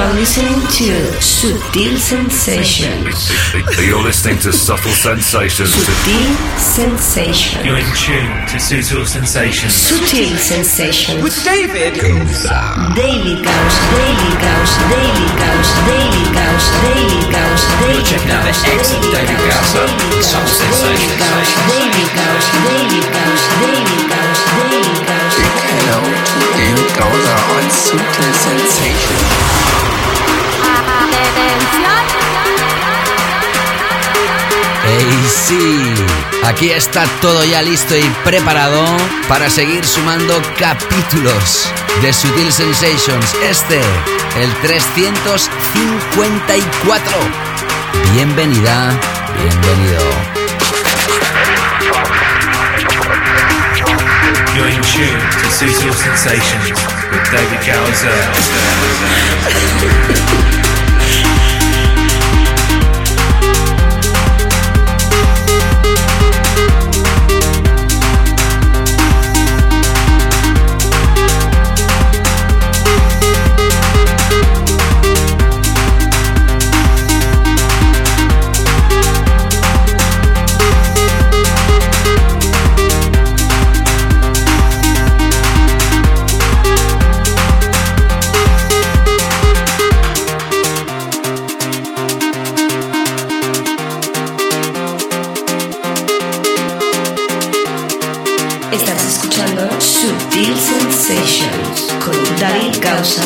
are listening to Sutil Sensations. You're listening to Subtle Sensations. Sutil Sensations. You're in tune to Sutil Sensations. Sutil Sensations. With David Gausa. Daily Gausa. Daily Gausa. Daily Gausa. Daily Gausa. Daily Gausa. Daily Gausa. Check out the excellent David Gausa. Subtle Sensations. Daily Gausa. Daily Gausa. Daily Gausa. Daily Gausa. Hello, David Gausa on Sutil Sensations. ¡Hey, sí! Aquí está todo ya listo y preparado para seguir sumando capítulos de Sutil Sensations. El 354. Bienvenida, bienvenido. You're in tune to Sutil Sensations with David Gausa. Estás escuchando Sutil Sensations con David Gausa.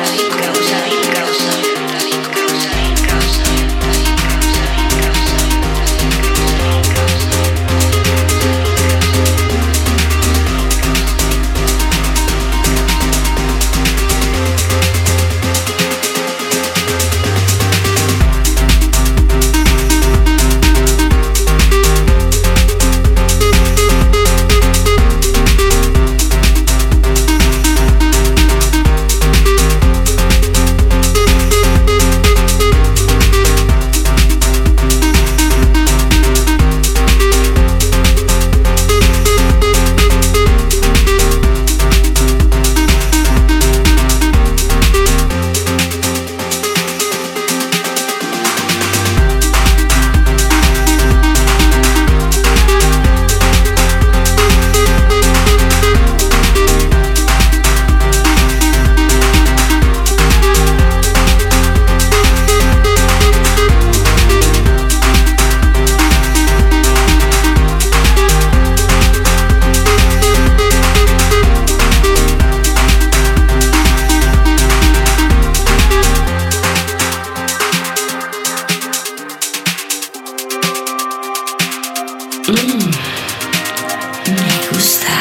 Me gusta.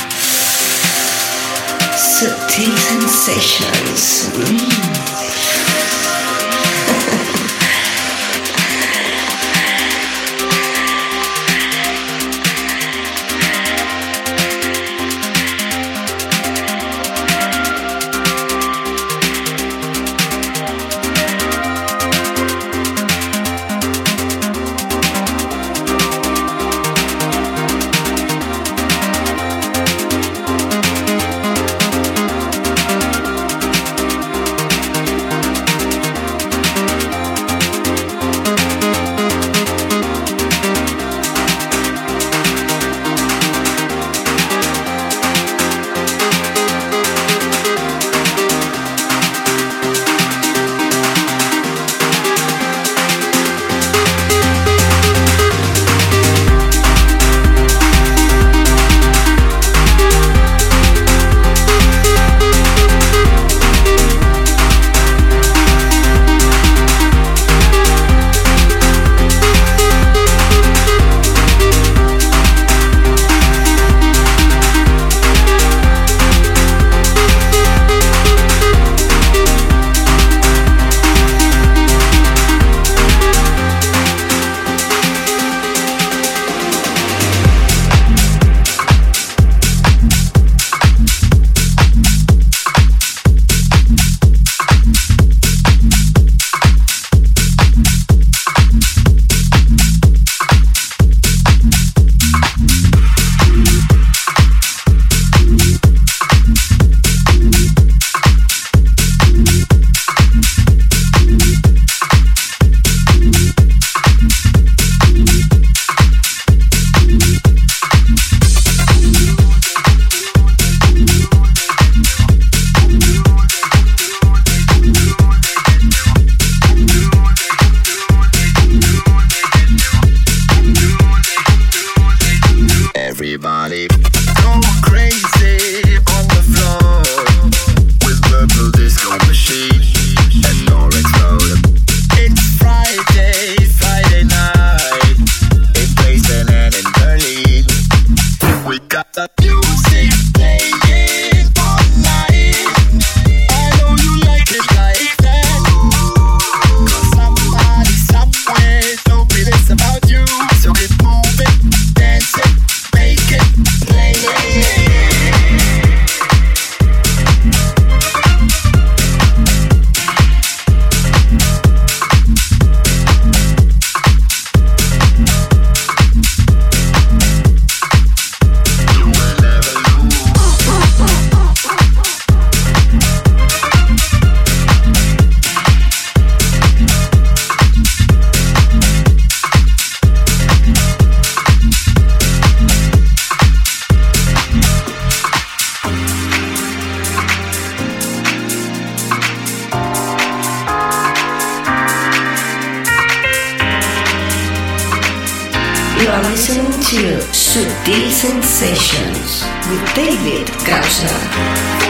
Sutil Sensations. You are listening to Sutil Sensations with David Gausser.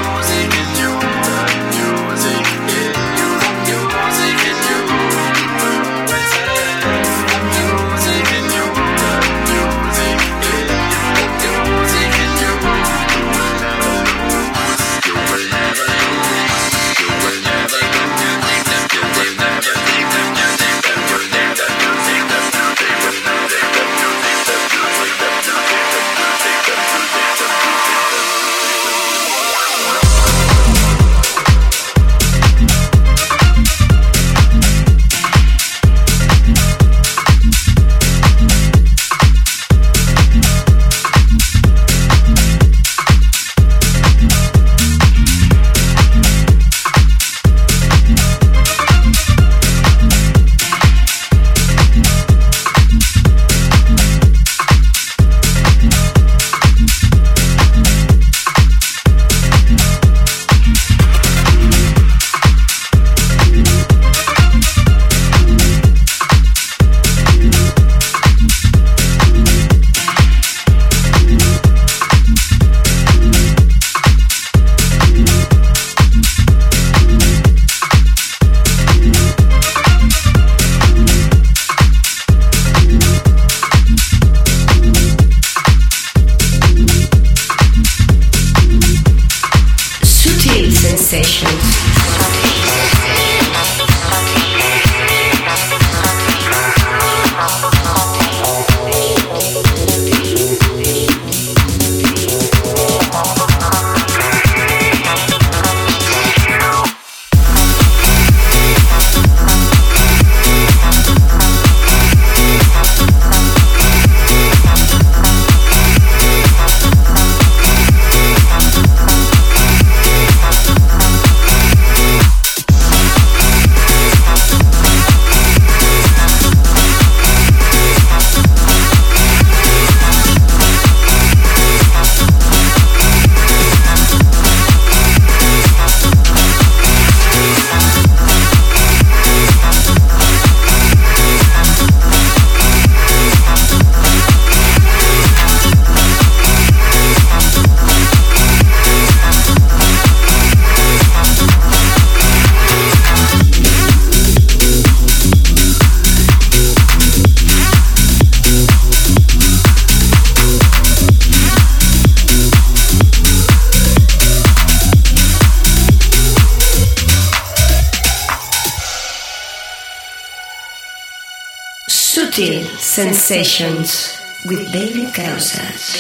Sutil Sensations with David Gausser.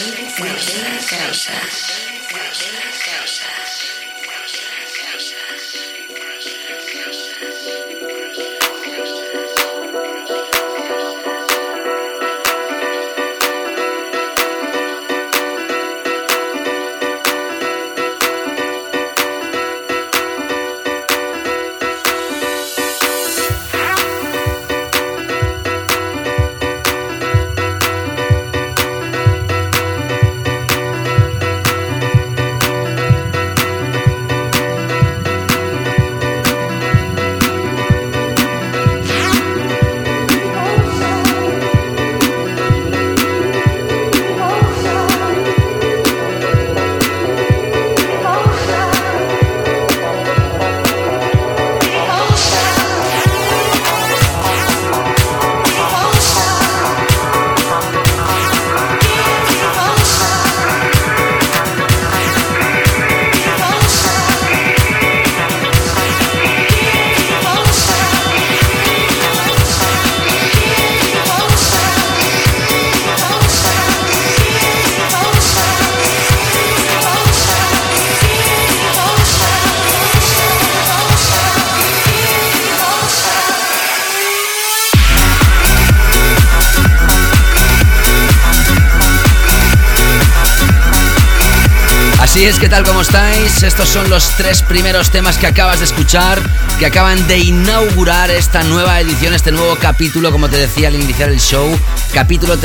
Así es, ¿qué tal? ¿Cómo estáis? Estos son los 3 primeros temas que acabas de escuchar, que acaban de inaugurar esta nueva edición, este nuevo capítulo, como te decía al iniciar el show, capítulo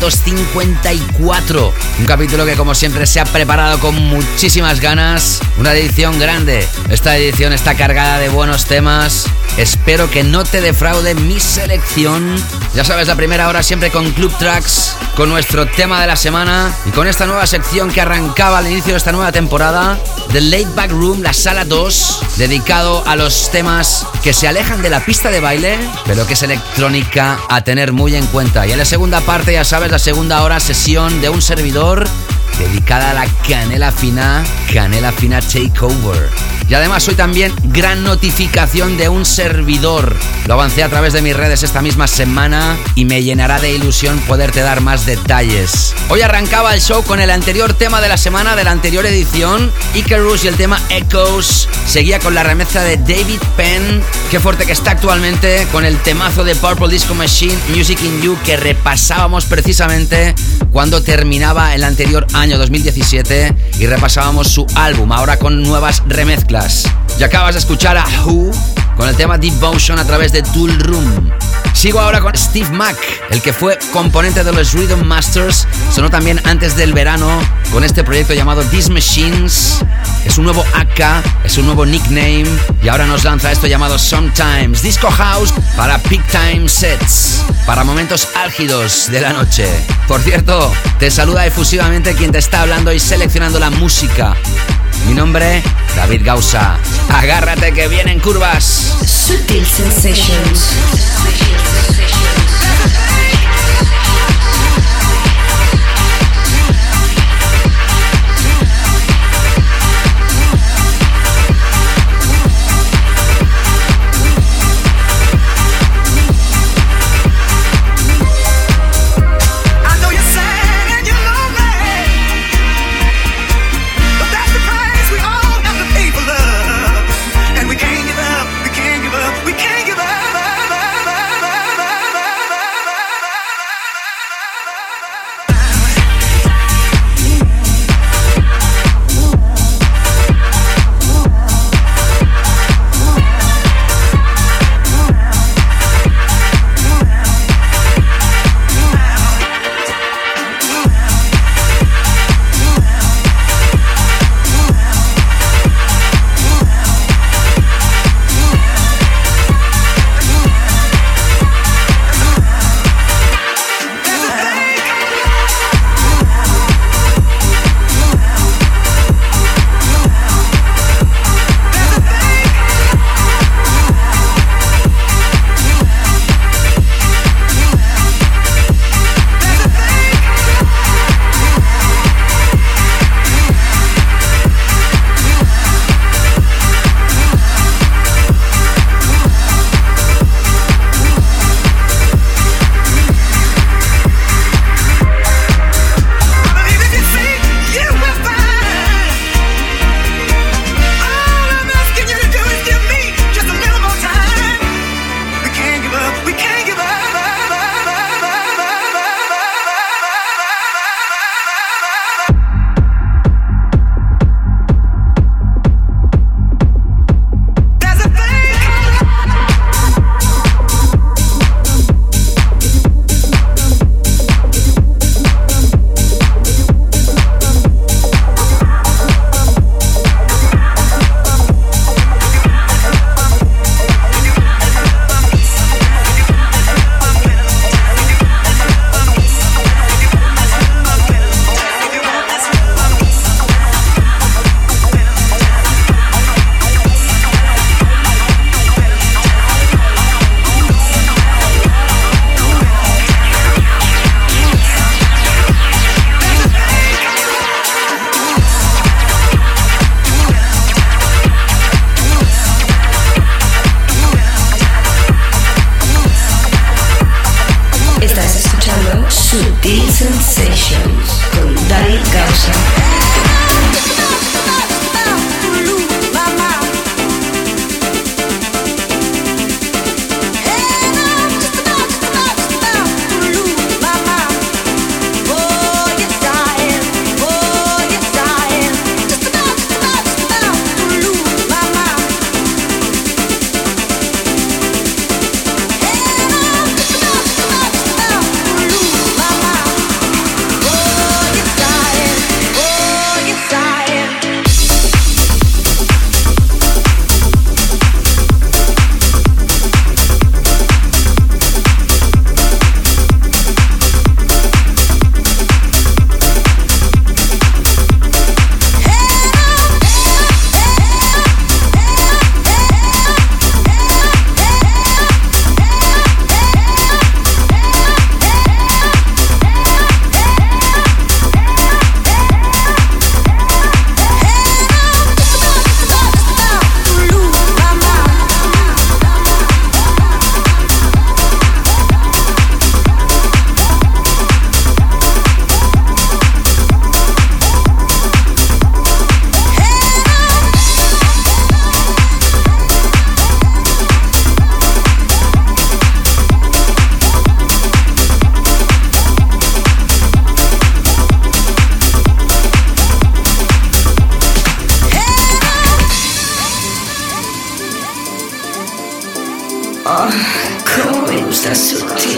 354. Un capítulo que, como siempre, se ha preparado con muchísimas ganas. Una edición grande. Esta edición está cargada de buenos temas, Espero que no te defraude mi selección. Ya sabes, la primera hora siempre con Club Tracks, con nuestro tema de la semana y con esta nueva sección que arrancaba al inicio de esta nueva temporada, The Late Back Room, la sala 2, dedicado a los temas que se alejan de la pista de baile, pero que es electrónica a tener muy en cuenta. Y en la segunda parte, ya sabes, la segunda hora, sesión de un servidor dedicada a la Canela Fina Takeover. Y además hoy también gran notificación de un servidor. Lo avancé a través de mis redes esta misma semana y me llenará de ilusión poderte dar más detalles. Hoy arrancaba el show con el anterior tema de la semana de la anterior edición, Icarus y el tema Echoes. Seguía con la remezcla de David Penn, qué fuerte que está actualmente, con el temazo de Purple Disco Machine, Music in You, que repasábamos precisamente cuando terminaba el anterior año 2017 y repasábamos su álbum, ahora con nuevas remezclas. Y acabas de escuchar a Who con el tema Devotion a través de Tool Room. Sigo ahora con Steve Mac, el que fue componente de los Rhythm Masters. Sonó también antes del verano con este proyecto llamado These Machines. Es un nuevo AK, es un nuevo nickname y ahora nos lanza esto llamado Sometimes. Disco House para peak time sets, para momentos álgidos de la noche. Por cierto, te saluda efusivamente quien te está hablando y seleccionando la música. Mi nombre, David Gausa. Agárrate que vienen curvas. Sutil Sensations. Oh, cómo me gusta Sutil.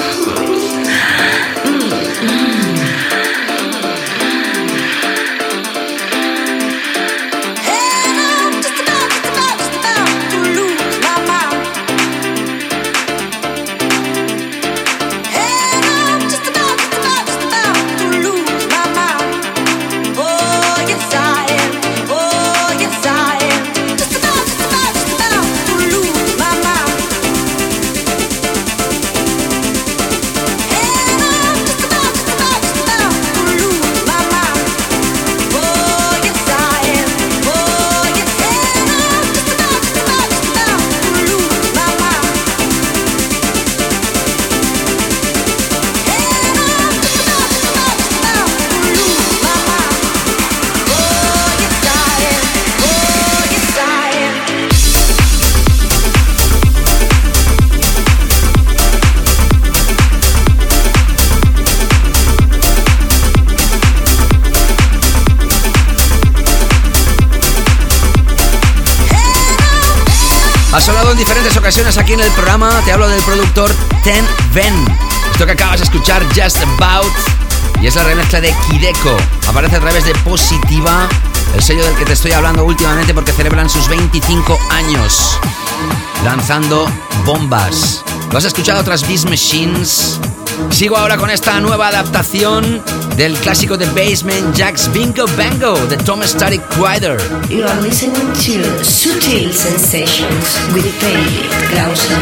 Ha sonado en diferentes ocasiones aquí en el programa. Te hablo del productor Ten Ven. Esto que acabas de escuchar, Just About, y es la remezcla de Kideko. Aparece a través de Positiva, el sello del que te estoy hablando últimamente porque celebran sus 25 años lanzando bombas. ¿Lo has escuchado tras Beast Machines? Sigo ahora con esta nueva adaptación del clásico de Basement Jaxx Bingo Bango de Tom Static Rider. You are listening to Sutil Sensations with David Gausser.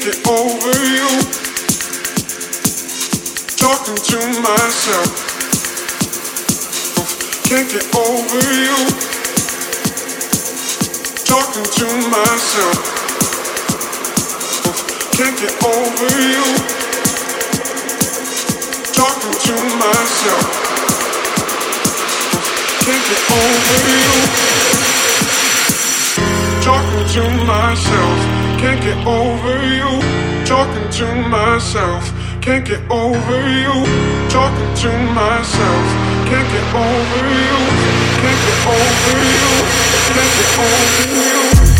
get over you. Talking to myself. Can't get over you. Talking to myself. Can't get over you. Talking to myself. Can't get over you. Talking to myself. Can't get over you. Talking to myself. Can't get over you. Talking to myself. Can't get over you. Can't get over you. Can't get over you.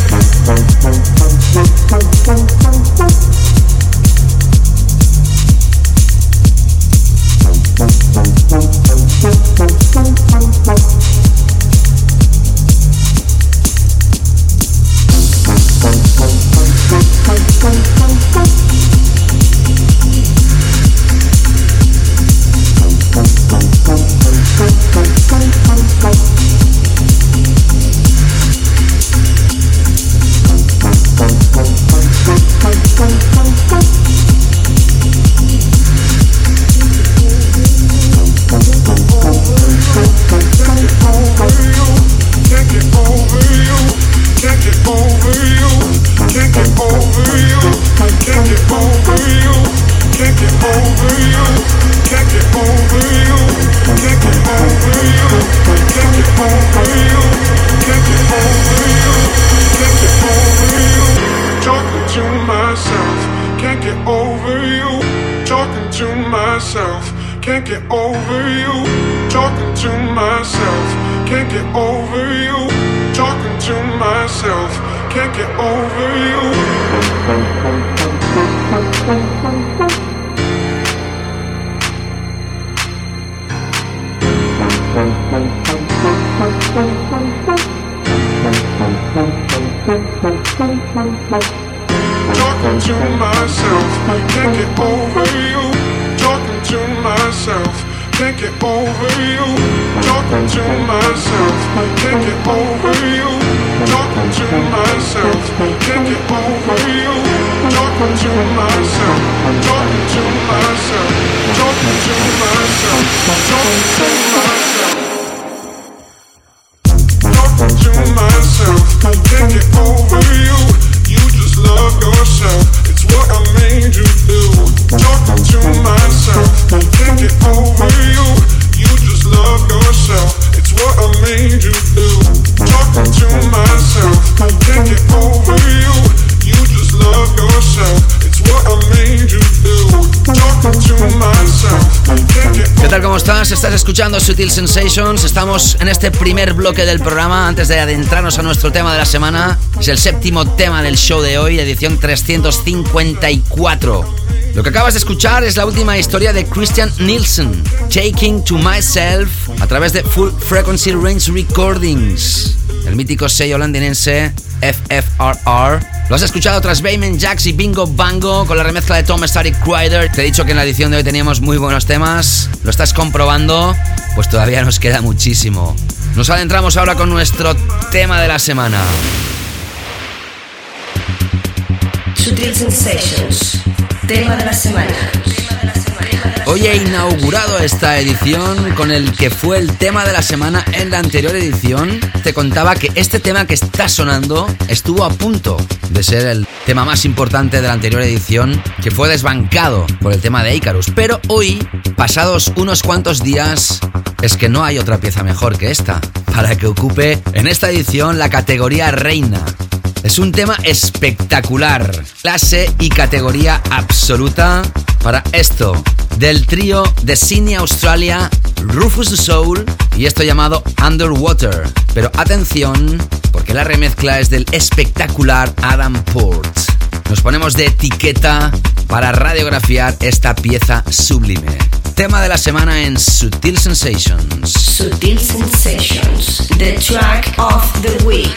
Can't get over you. Talking to myself. Can't get over you. Talking to myself. Can't get over you. Talking to myself. Can't get over you. Talking to myself, can't get over you. Talking to myself, can't get over you. Talking to myself, can't get over you. Talking to myself, talking to myself, talking to myself, talking to myself. Talking to myself, can't get over you. You just love yourself. It's what I made you do. Talking to myself, can't get over you. You just love yourself. It's what I made you do. Talking to myself, can't get over you. You just love yourself. It's what I made you do. Talking to myself, can't get over you. ¿Qué tal? ¿Cómo estás? Estás escuchando Sutil Sensations. Estamos en este primer bloque del programa. Antes de adentrarnos a nuestro tema de la semana, es el séptimo tema del show de hoy, edición 354. Lo que acabas de escuchar es la última historia de Christian Nielsen, Taking to Myself, a través de Full Frequency Range Recordings, el mítico sello londinense FFRR. Lo has escuchado tras Bayman Jax y Bingo Bango con la remezcla de Tom Static Crider. Te he dicho que en la edición de hoy teníamos muy buenos temas. ¿Lo estás comprobando? Pues todavía nos queda muchísimo. Nos adentramos ahora con nuestro tema de la semana. Sutil Sensations, tema de la semana. Hoy he inaugurado esta edición con el que fue el tema de la semana en la anterior edición. Te contaba que este tema que está sonando estuvo a punto de ser el tema más importante de la anterior edición, que fue desbancado por el tema de Icarus. Pero hoy, pasados unos cuantos días, es que no hay otra pieza mejor que esta para que ocupe en esta edición la categoría reina. Es un tema espectacular, clase y categoría absoluta para esto, del trío de Sydney, Australia, Rufus Du Sol, y esto llamado Underwater. Pero atención, porque la remezcla es del espectacular Adam Port. Nos ponemos de etiqueta para radiografiar esta pieza sublime. Tema de la semana en Sutil Sensations. Sutil Sensations, the track of the week.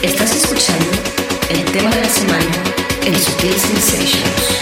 Estás escuchando el tema de la semana en Sutil Sensations.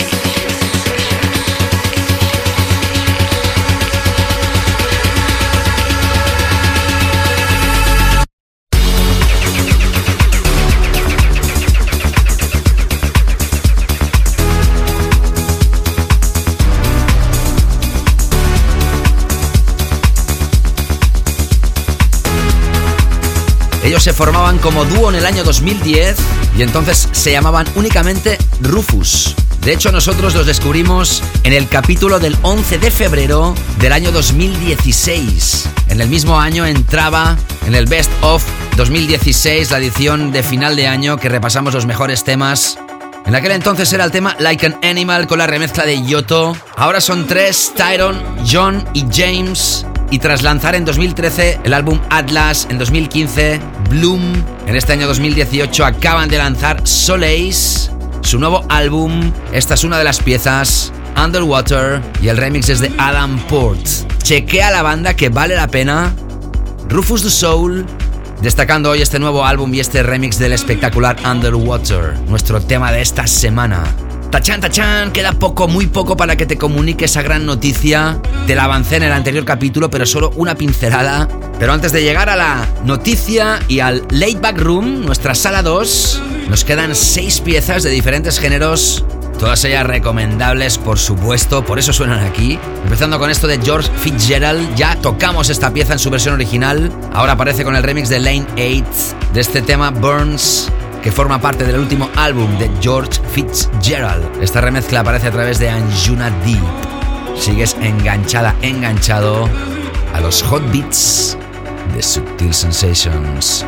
Ellos se formaban como dúo en el año 2010 y entonces se llamaban únicamente Rufus. De hecho, nosotros los descubrimos en el capítulo del 11 de febrero del año 2016. En el mismo año entraba en el Best of 2016, la edición de final de año que repasamos los mejores temas. En aquel entonces era el tema Like an Animal con la remezcla de Yotto. Ahora son tres, Tyron, John y James. Y tras lanzar en 2013 el álbum Atlas, en 2015 Bloom, en este año 2018 acaban de lanzar Solace, su nuevo álbum. Esta es una de las piezas, Underwater, y el remix es de Adam Port. Chequea la banda que vale la pena. Rufus Du Soul, destacando hoy este nuevo álbum y este remix del espectacular Underwater, nuestro tema de esta semana. Tachan, tachan, queda poco, muy poco para que te comunique esa gran noticia. Te la avancé en el anterior capítulo, pero solo una pincelada. Pero antes de llegar a la noticia y al Laid Back Room, nuestra sala 2, nos quedan 6 piezas de diferentes géneros, todas ellas recomendables, por supuesto, por eso suenan aquí. Empezando con esto de George Fitzgerald, ya tocamos esta pieza en su versión original, ahora aparece con el remix de Lane 8 de este tema Burns, que forma parte del último álbum de George Fitzgerald. Esta remezcla aparece a través de Anjuna Deep. Sigues enganchada, enganchado a los hot beats de Sutil Sensations.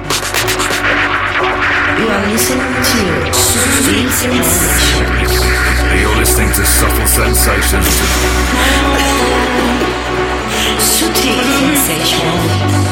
You are listening to Sutil Sensations. You're listening to Subtle Sensations. Sutil Sensations.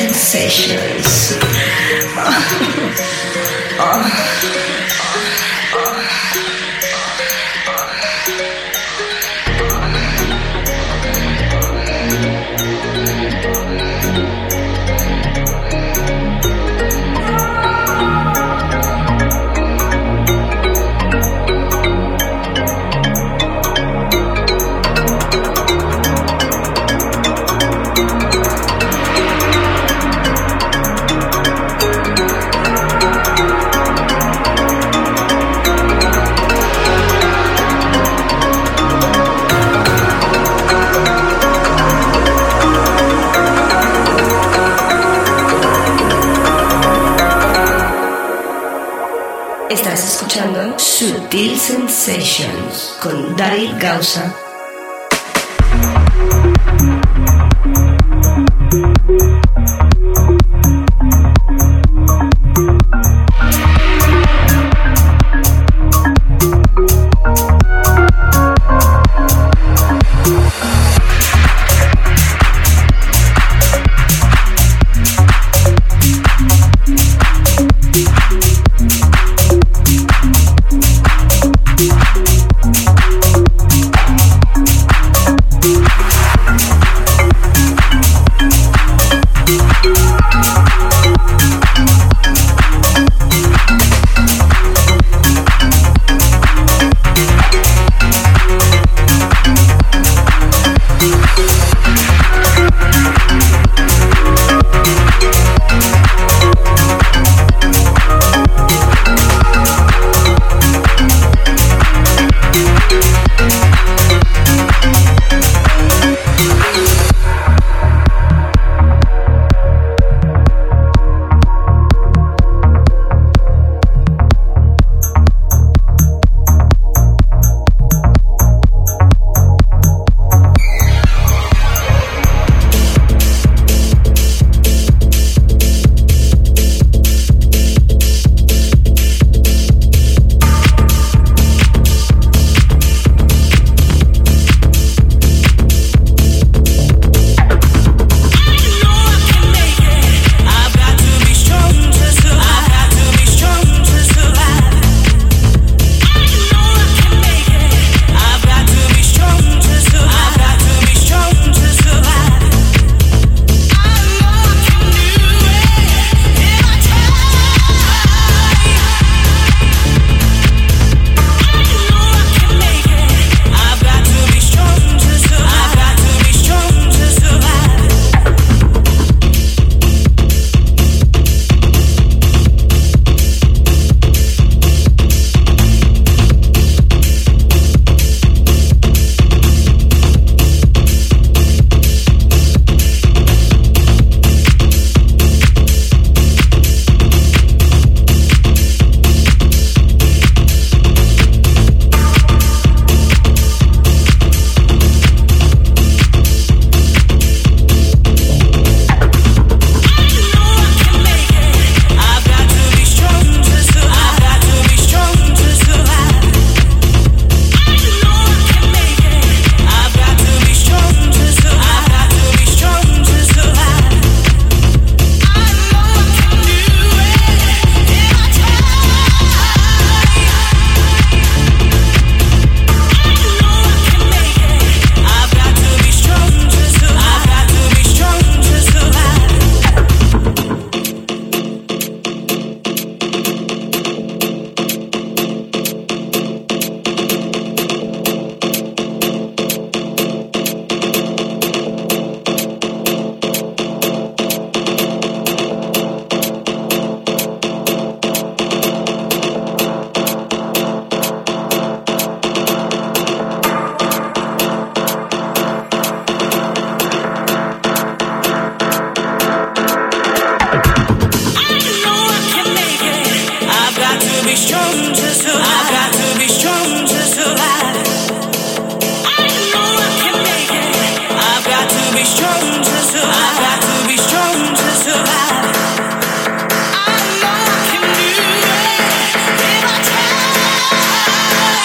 Sensations. Estás escuchando Sutil Sensations con Daryl Gausa.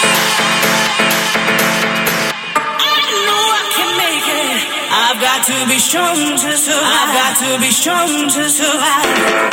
To be be strong to survive. I got to be strong to survive.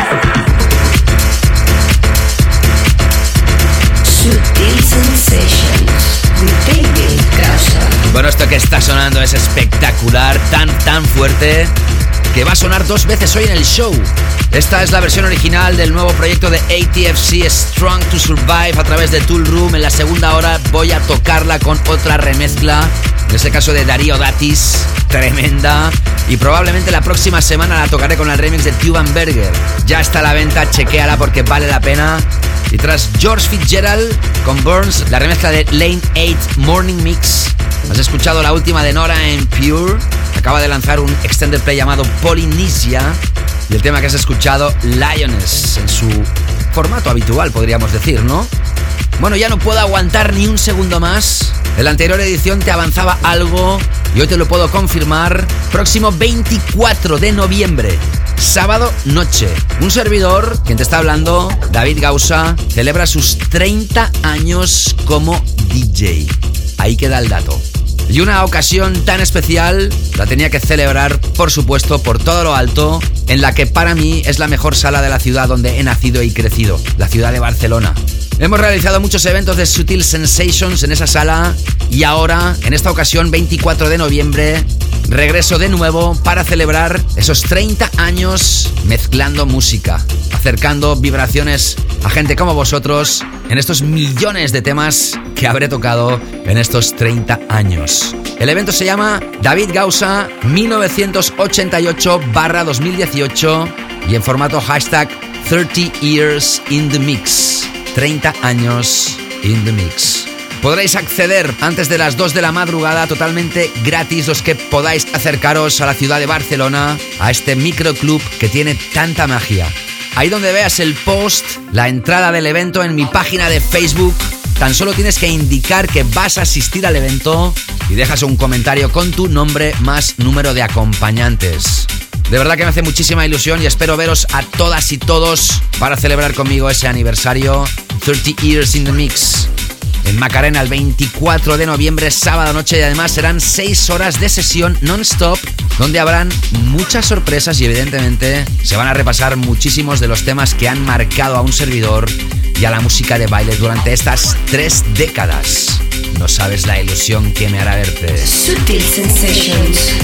Sutil Sensations with David Gausa. Bueno, esto que está sonando es espectacular, tan fuerte, que va a sonar 2 veces hoy en el show. Esta es la versión original del nuevo proyecto de ATFC, Strong to Survive, a través de Tool Room. En la segunda hora voy a tocarla con otra remezcla, en este caso de Darío Datis, tremenda. Y probablemente la próxima semana la tocaré con el remix de Tuban Berger. Ya está a la venta, chequéala porque vale la pena. Y tras George Fitzgerald con Burns, la remezcla de Lane 8 Morning Mix. Has escuchado la última de Nora en Pure. Acaba de lanzar un extended play llamado Polynesia. Y el tema que has escuchado, Lioness, en su formato habitual, podríamos decir, ¿no? Bueno, ya no puedo aguantar ni un segundo más. En la anterior edición te avanzaba algo y hoy te lo puedo confirmar. Próximo 24 de noviembre, sábado noche, un servidor, quien te está hablando, David Gausa, celebra sus 30 años como DJ. Ahí queda el dato. Y una ocasión tan especial la tenía que celebrar, por supuesto, por todo lo alto, en la que para mí es la mejor sala de la ciudad donde he nacido y crecido, la ciudad de Barcelona. Hemos realizado muchos eventos de Sutil Sensations en esa sala y ahora, en esta ocasión, 24 de noviembre, regreso de nuevo para celebrar esos 30 años mezclando música, acercando vibraciones a gente como vosotros en estos millones de temas que habré tocado en estos 30 años. El evento se llama David Gausa 1988/2018 y en formato hashtag 30 Years in the Mix. 30 años in the Mix. Podréis acceder antes de las 2 de la madrugada totalmente gratis los que podáis acercaros a la ciudad de Barcelona, a este microclub que tiene tanta magia. Ahí donde veas el post, la entrada del evento en mi página de Facebook, tan solo tienes que indicar que vas a asistir al evento y dejas un comentario con tu nombre más número de acompañantes. De verdad que me hace muchísima ilusión y espero veros a todas y todos para celebrar conmigo ese aniversario 30 Years in the Mix. En Macarena el 24 de noviembre, sábado noche, y además serán 6 horas de sesión non-stop donde habrán muchas sorpresas y evidentemente se van a repasar muchísimos de los temas que han marcado a un servidor y a la música de baile durante estas 3 décadas. No sabes la ilusión que me hará verte. Sutil Sensations.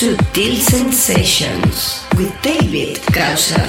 Sutil Sensations with David Gausser.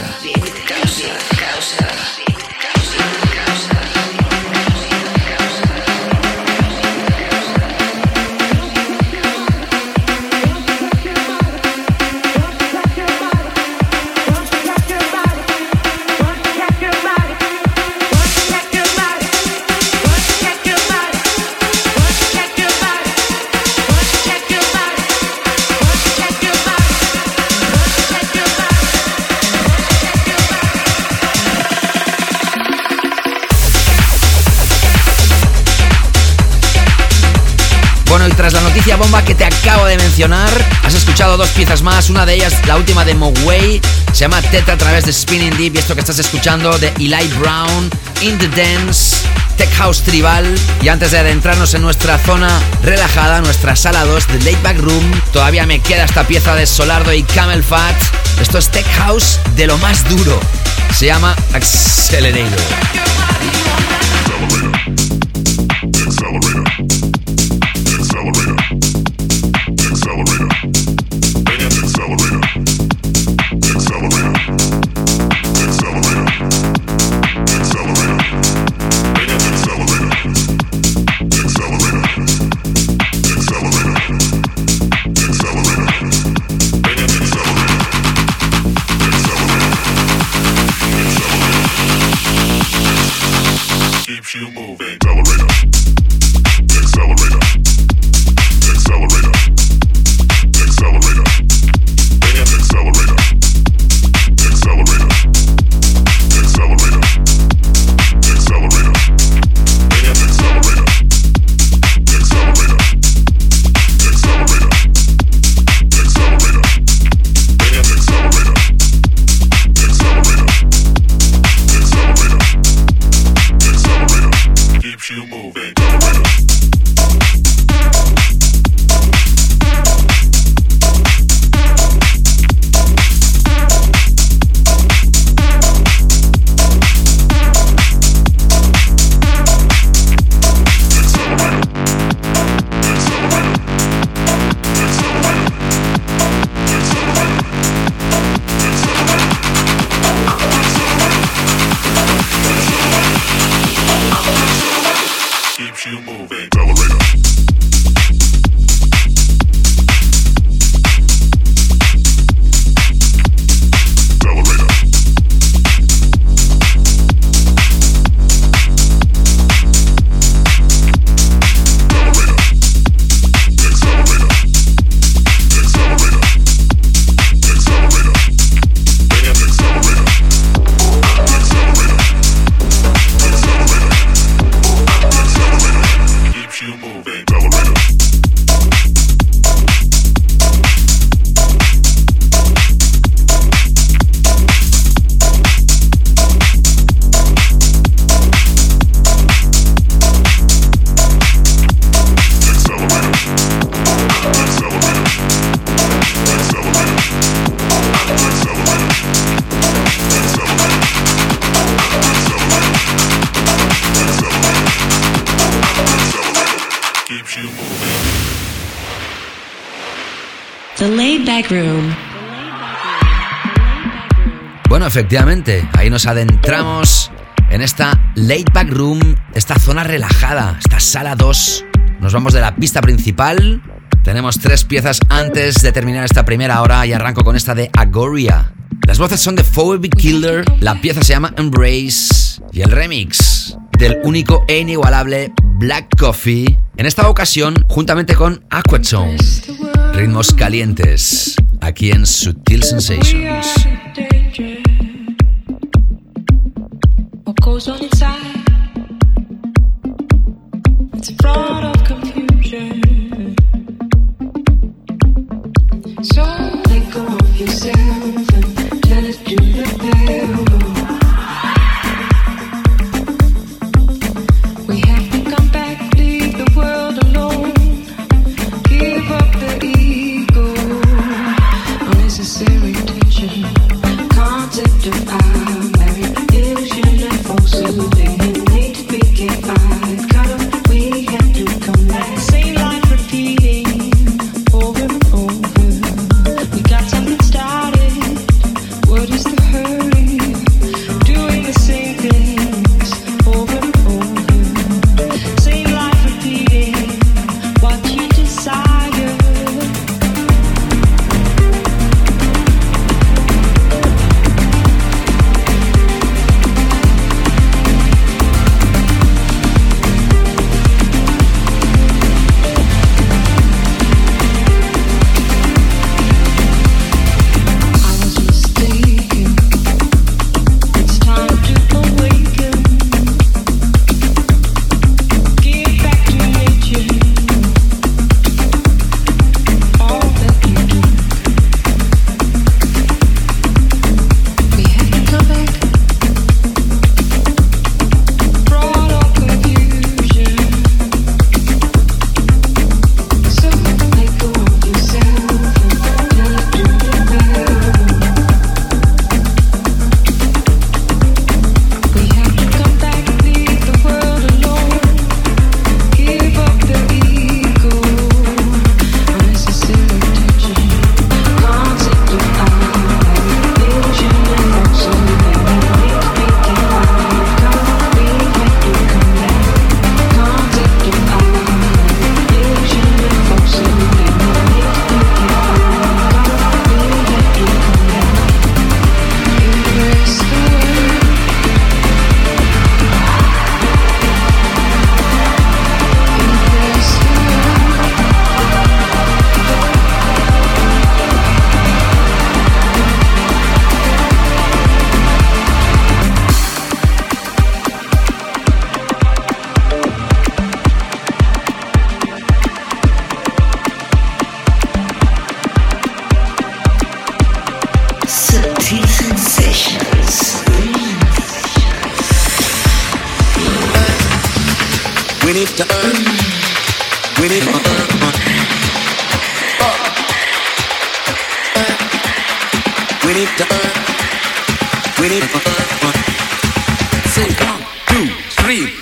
Bueno, y tras la noticia bomba que te acabo de mencionar, has escuchado dos piezas más. Una de ellas, la última de Mogwai, se llama Teta a través de Spinning Deep. Y esto que estás escuchando de Eli Brown, In The Dance, Tech House Tribal. Y antes de adentrarnos en nuestra zona relajada, nuestra sala 2 de Laid Back Room, todavía me queda esta pieza de Solardo y Camel Fat. Esto es Tech House de lo más duro. Se llama Accelerator. You moving, accelerator, accelerator, accelerator, accelerator, accelerator, accelerator, accelerator, accelerator, accelerator, accelerator, accelerator, keeps you moving. You moving, accelerator. The Laid Back Room. Bueno, efectivamente, ahí nos adentramos en esta Laid Back Room, esta zona relajada, esta sala 2. Nos vamos de la pista principal. Tenemos 3 piezas antes de terminar esta primera hora y arranco con esta de Agoria. Las voces son de Phoebe Killer, la pieza se llama Embrace y el remix del único e inigualable Black Coffee, en esta ocasión juntamente con Aquatone. Ritmos calientes, aquí en Sutil Sensations. What goes on inside? It's a fraud of confusion. So let go of yourself and tell it to the devil. We have to come back, leave the world alone. Give up the ego, unnecessary tension. to earn. We need to earn. We need to earn. We need to earn. Say 1, 2, 3.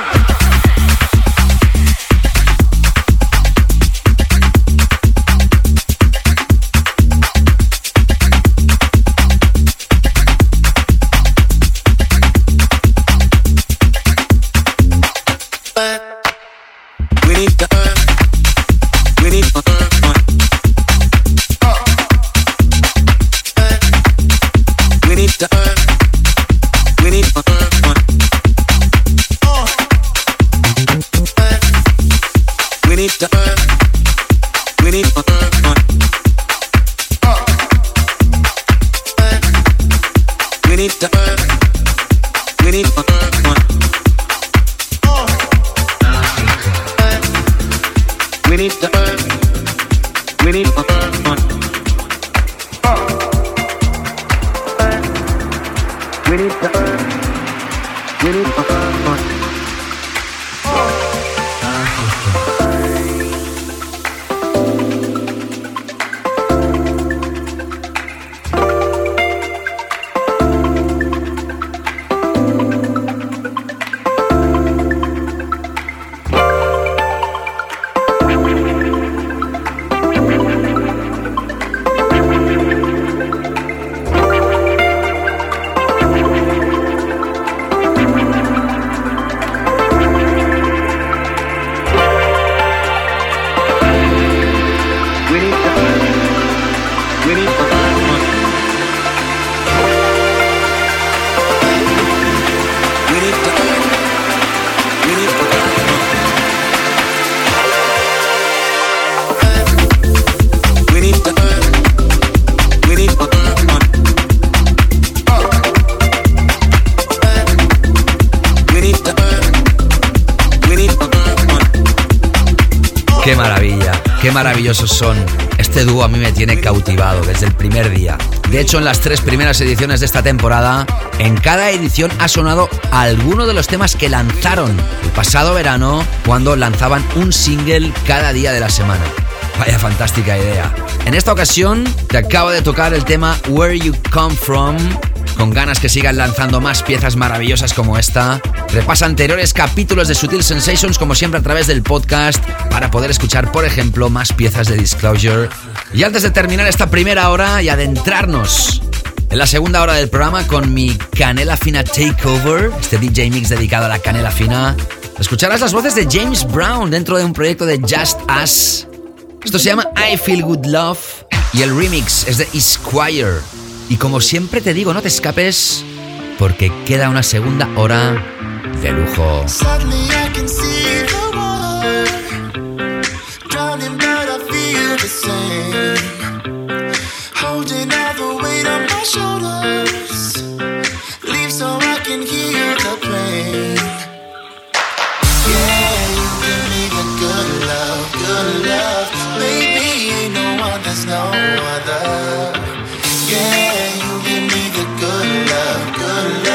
Qué maravilla, qué maravillosos son. Este dúo a mí me tiene cautivado desde el primer día. De hecho, en las 3 primeras ediciones de esta temporada, en cada edición ha sonado alguno de los temas que lanzaron el pasado verano, cuando lanzaban un single cada día de la semana. Vaya fantástica idea. En esta ocasión te acabo de tocar el tema Where You Come From, con ganas que sigan lanzando más piezas maravillosas como esta. Repasa anteriores capítulos de Sutil Sensations, como siempre, a través del podcast, para poder escuchar, por ejemplo, más piezas de Disclosure. Y antes de terminar esta primera hora y adentrarnos en la segunda hora del programa con mi Canela Fina Takeover, este DJ Mix dedicado a la canela fina, escucharás las voces de James Brown dentro de un proyecto de Just Us. Esto se llama I Feel Good Love y el remix es de Esquire. Y como siempre te digo, no te escapes, porque queda una segunda hora de lujo.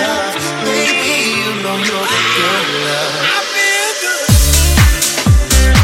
I feel good.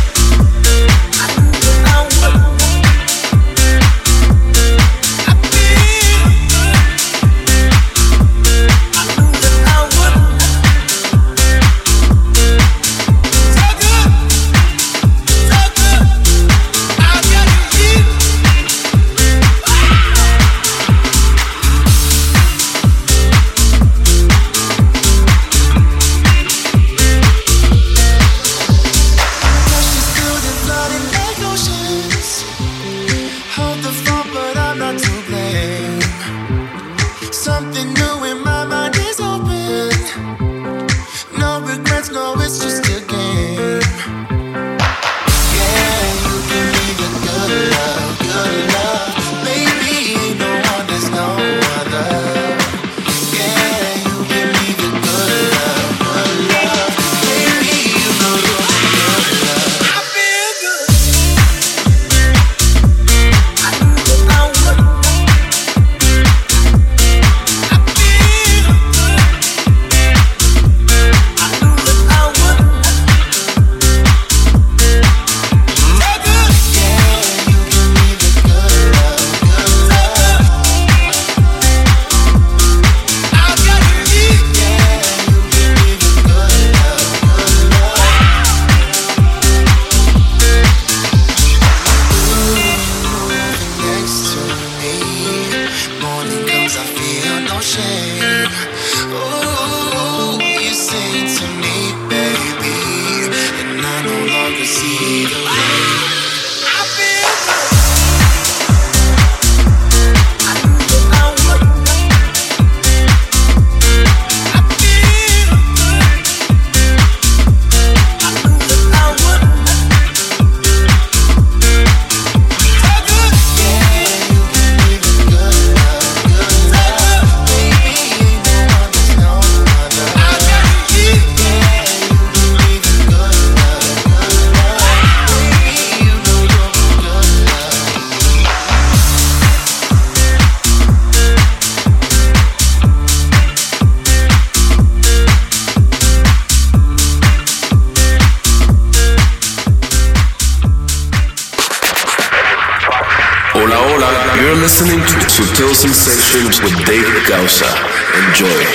Hola, you're listening to Sutil Sensations with David Gausa. Enjoy.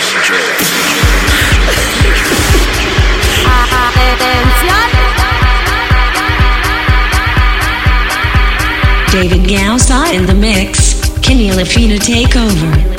David Gausa in the mix. Kenny Lafina Takeover.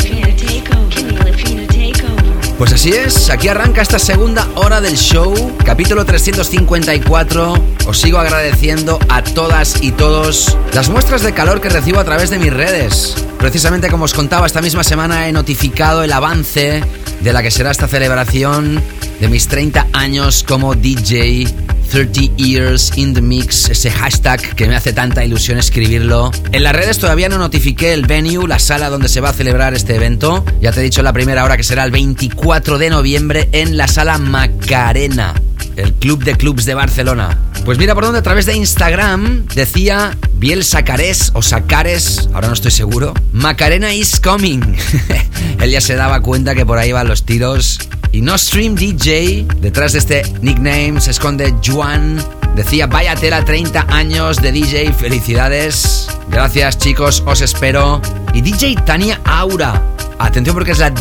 Pues así es, aquí arranca esta segunda hora del show, capítulo 354. Os sigo agradeciendo a todas y todos las muestras de calor que recibo a través de mis redes. Precisamente como os contaba, esta misma semana he notificado el avance de la que será esta celebración de mis 30 años como DJ. 30 years in the mix, ese hashtag que me hace tanta ilusión escribirlo. En las redes todavía no notifiqué el venue, la sala donde se va a celebrar este evento. Ya te he dicho en la primera hora que será el 24 de noviembre en la sala Macarena, el club de clubs de Barcelona. Pues mira por dónde, a través de Instagram decía Biel Sacares o Sacares, ahora no estoy seguro. Macarena is coming. Él ya se daba cuenta que por ahí van los tiros. Y No Stream DJ, detrás de este nickname se esconde Juan. Decía, vaya tela, 30 años de DJ, felicidades. Gracias chicos, os espero. Y DJ Tania Aura, atención porque es la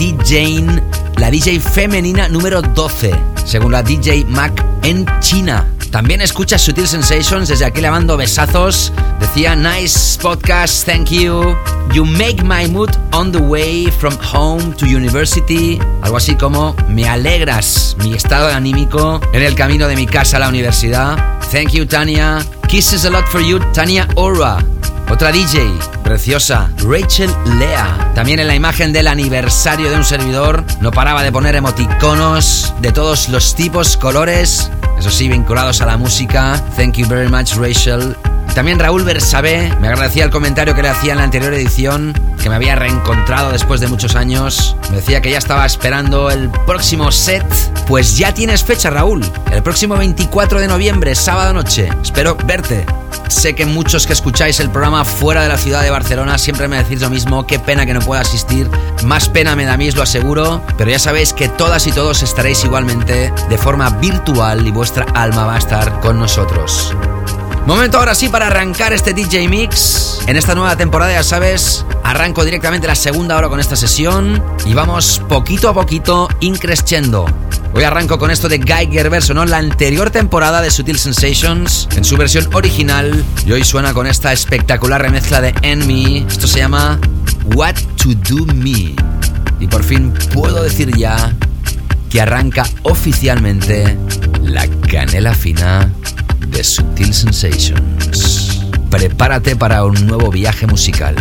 DJ femenina número 12, según la DJ Mac en China. También escucha Sutil Sensations, desde aquí le mando besazos. Decía, nice podcast, thank you. You make my mood on the way from home to university. Algo así como, me alegras mi estado anímico en el camino de mi casa a la universidad. Thank you, Tania. Kisses a lot for you, Tania Aura. Otra DJ, preciosa, Rachel Lea. También en la imagen del aniversario de un servidor no paraba de poner emoticonos de todos los tipos, colores, eso sí, vinculados a la música. Thank you very much, Rachel. También Raúl Bersabé me agradecía el comentario que le hacía en la anterior edición, que me había reencontrado después de muchos años. Me decía que ya estaba esperando el próximo set. Pues ya tienes fecha, Raúl. El próximo 24 de noviembre, sábado noche. Espero verte. Sé que muchos que escucháis el programa fuera de la ciudad de Barcelona siempre me decís lo mismo. Qué pena que no pueda asistir. Más pena me da a mí, os lo aseguro. Pero ya sabéis que todas y todos estaréis igualmente de forma virtual y vuestra alma va a estar con nosotros. Momento ahora sí para arrancar este DJ Mix. En esta nueva temporada, ya sabes, arranco directamente la segunda hora con esta sesión y vamos poquito a poquito increciendo. Hoy arranco con esto de Guy Gerber, sonó en la anterior temporada de Sutil Sensations en su versión original y hoy suena con esta espectacular remezcla de Enemy. Esto se llama What to Do Me. Y por fin puedo decir ya que arranca oficialmente la canela fina de Sutil Sensations. Prepárate para un nuevo viaje musical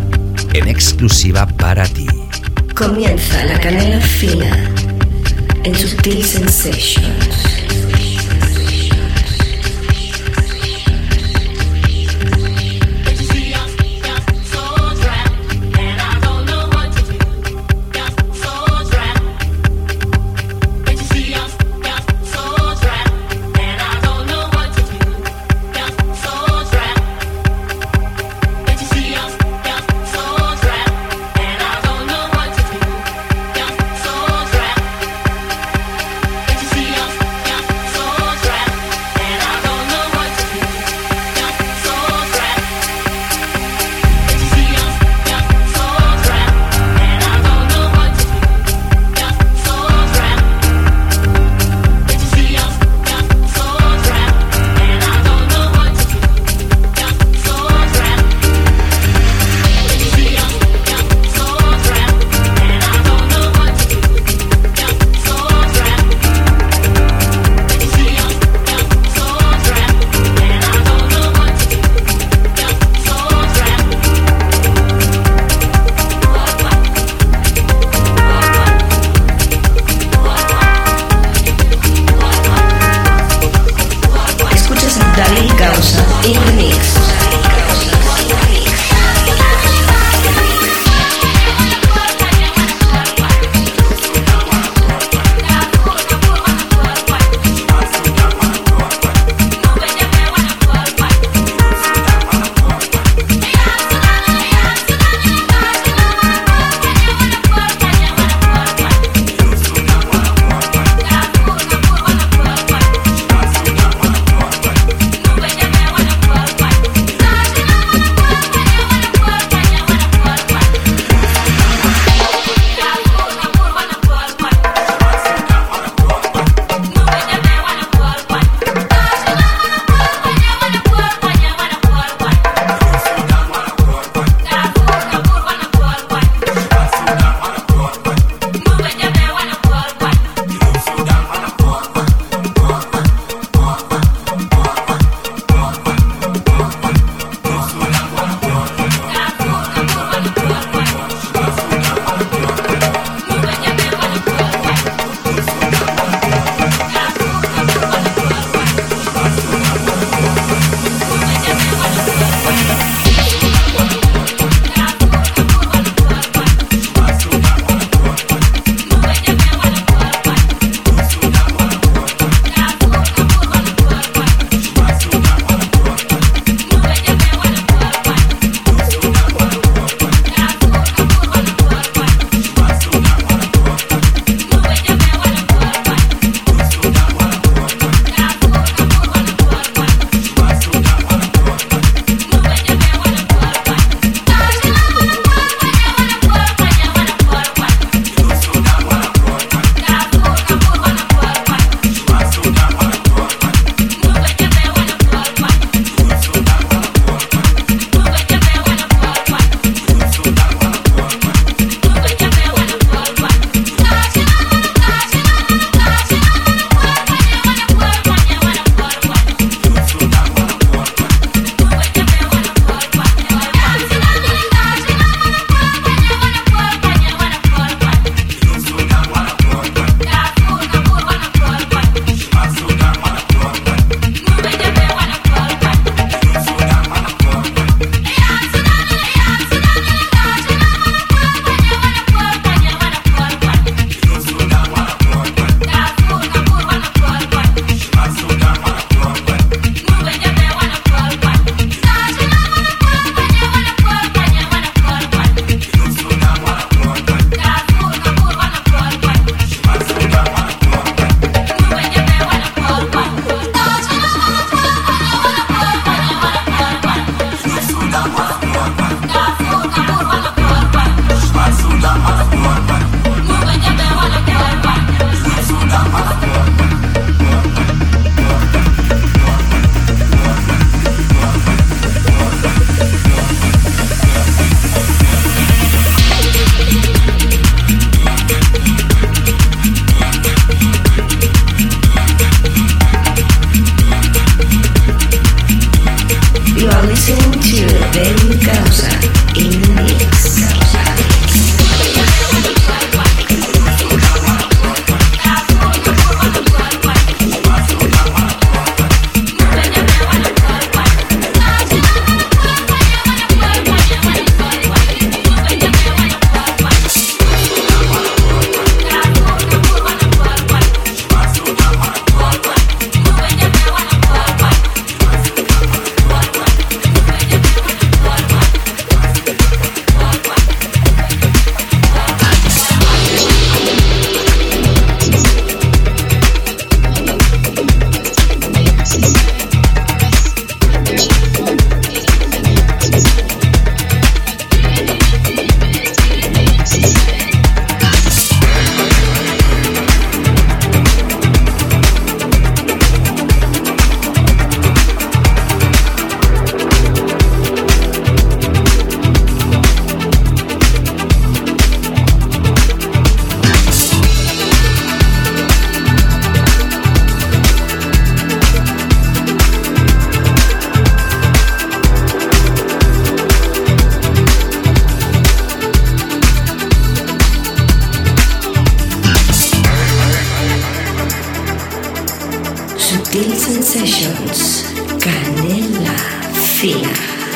en exclusiva para ti. Comienza la canela fina en Sutil Sensations. Yeah. listening to David Gausa in the mix. Sutil Sensations, Canela Fina.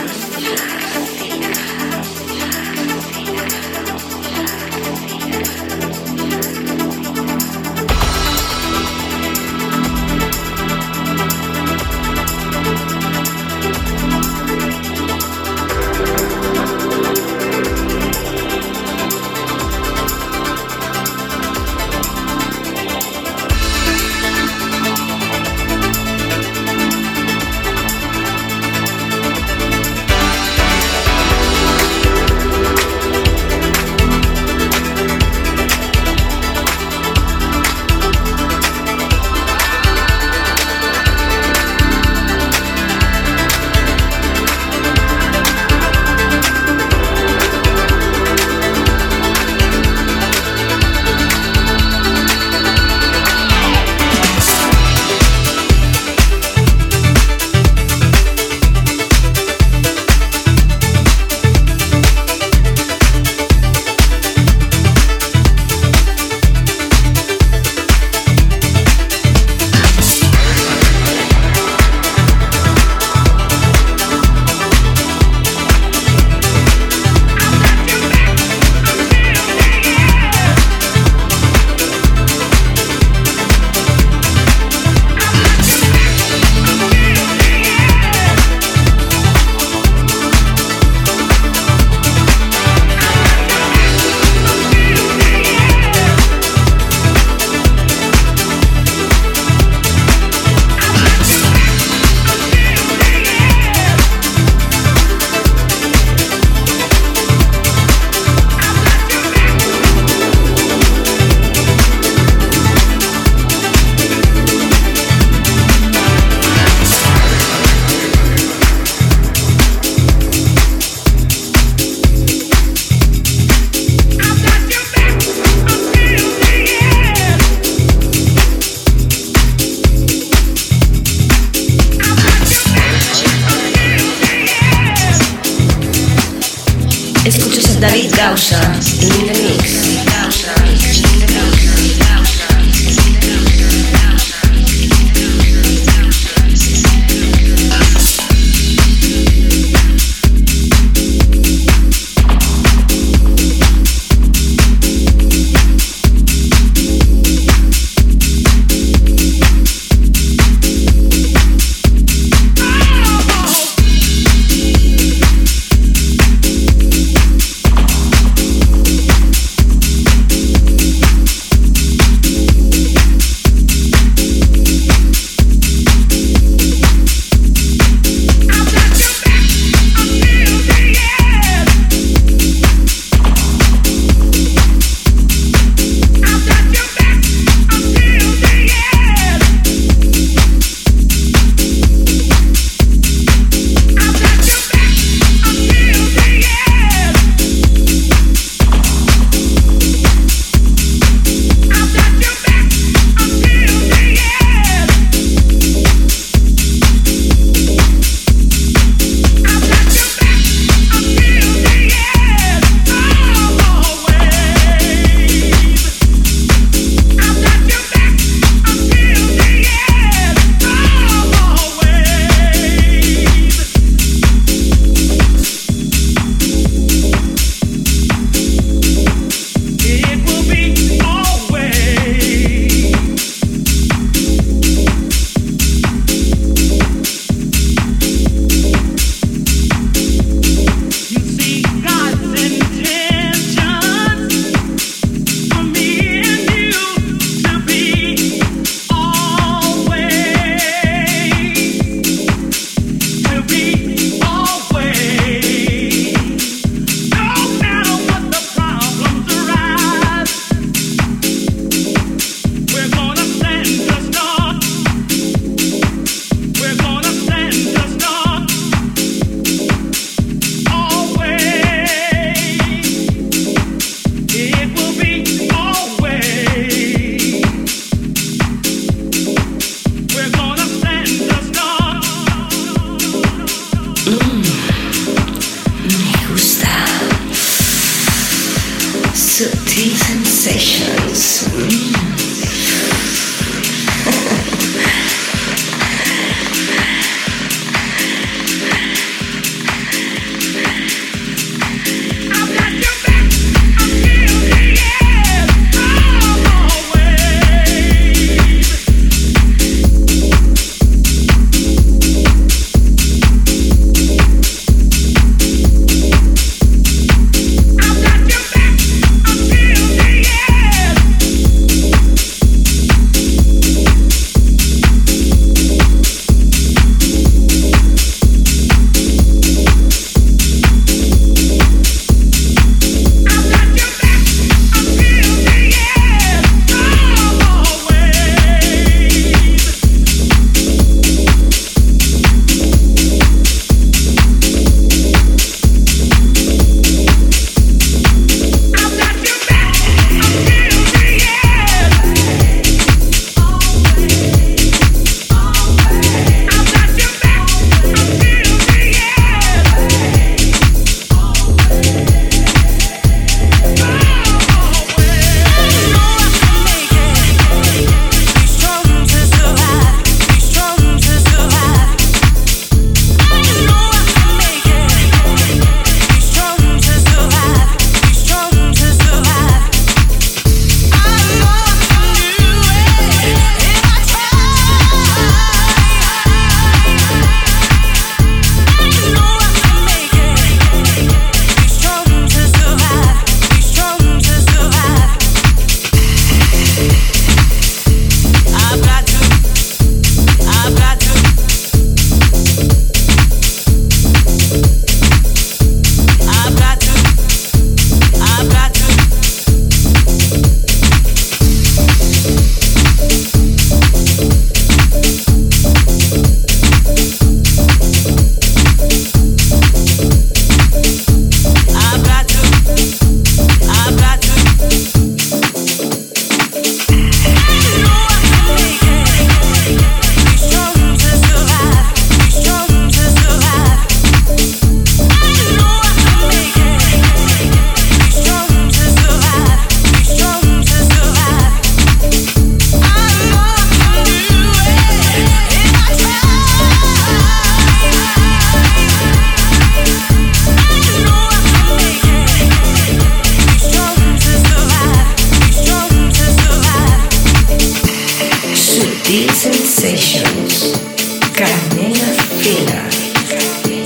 David Gausa in the mix.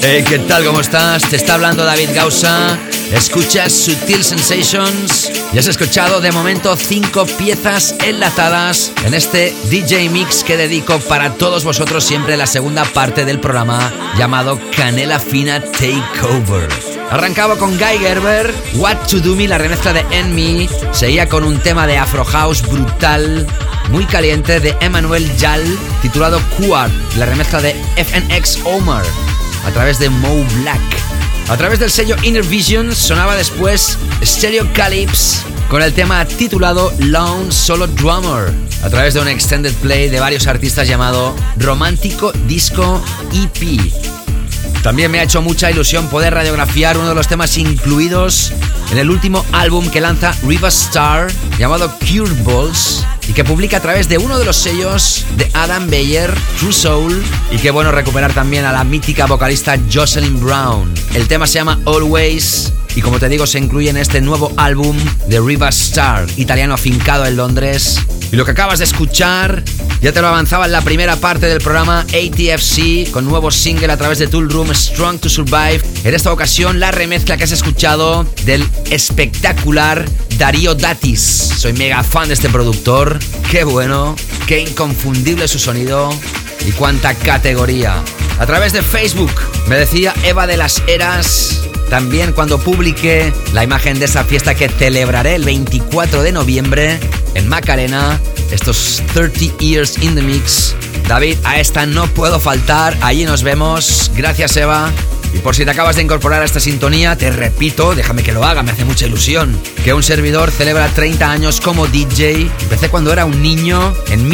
Hey, ¿qué tal? ¿Cómo estás? Te está hablando David Gausa. Escuchas Sutil Sensations y has escuchado de momento 5 piezas enlazadas en este DJ Mix que dedico para todos vosotros siempre la segunda parte del programa llamado Canela Fina Takeover. Arrancaba con Guy Gerber, What to Do Me, la remezcla de Enemy. Seguía con un tema de Afro House brutal, muy caliente, de Emmanuel Jal, titulado Quad, la remezcla de FNX Omar, a través de Mo Black. A través del sello Inner Vision sonaba después Stereo Calypse con el tema titulado Lone Solo Drummer, a través de un extended play de varios artistas llamado Romántico Disco EP. También me ha hecho mucha ilusión poder radiografiar uno de los temas incluidos en el último álbum que lanza Riva Starr, llamado Cure Balls, y que publica a través de uno de los sellos de Adam Beyer, True Soul. Y qué bueno recuperar también a la mítica vocalista Jocelyn Brown. El tema se llama Always y, como te digo, se incluye en este nuevo álbum de Riva Starr, italiano afincado en Londres. Y lo que acabas de escuchar ya te lo avanzaba en la primera parte del programa, ATFC, con nuevo single a través de Tool Room, Strong to Survive. En esta ocasión la remezcla que has escuchado del espectacular Dario Datis. Soy mega fan de este productor. Qué bueno, qué inconfundible su sonido y cuánta categoría. A través de Facebook me decía Eva de las Heras, también cuando publiqué la imagen de esa fiesta que celebraré el 24 de noviembre en Macarena, estos 30 Years in the Mix. David, a esta no puedo faltar, allí nos vemos. Gracias, Eva. Y por si te acabas de incorporar a esta sintonía, te repito, déjame que lo haga, me hace mucha ilusión, que un servidor celebra 30 años como DJ. Empecé cuando era un niño, en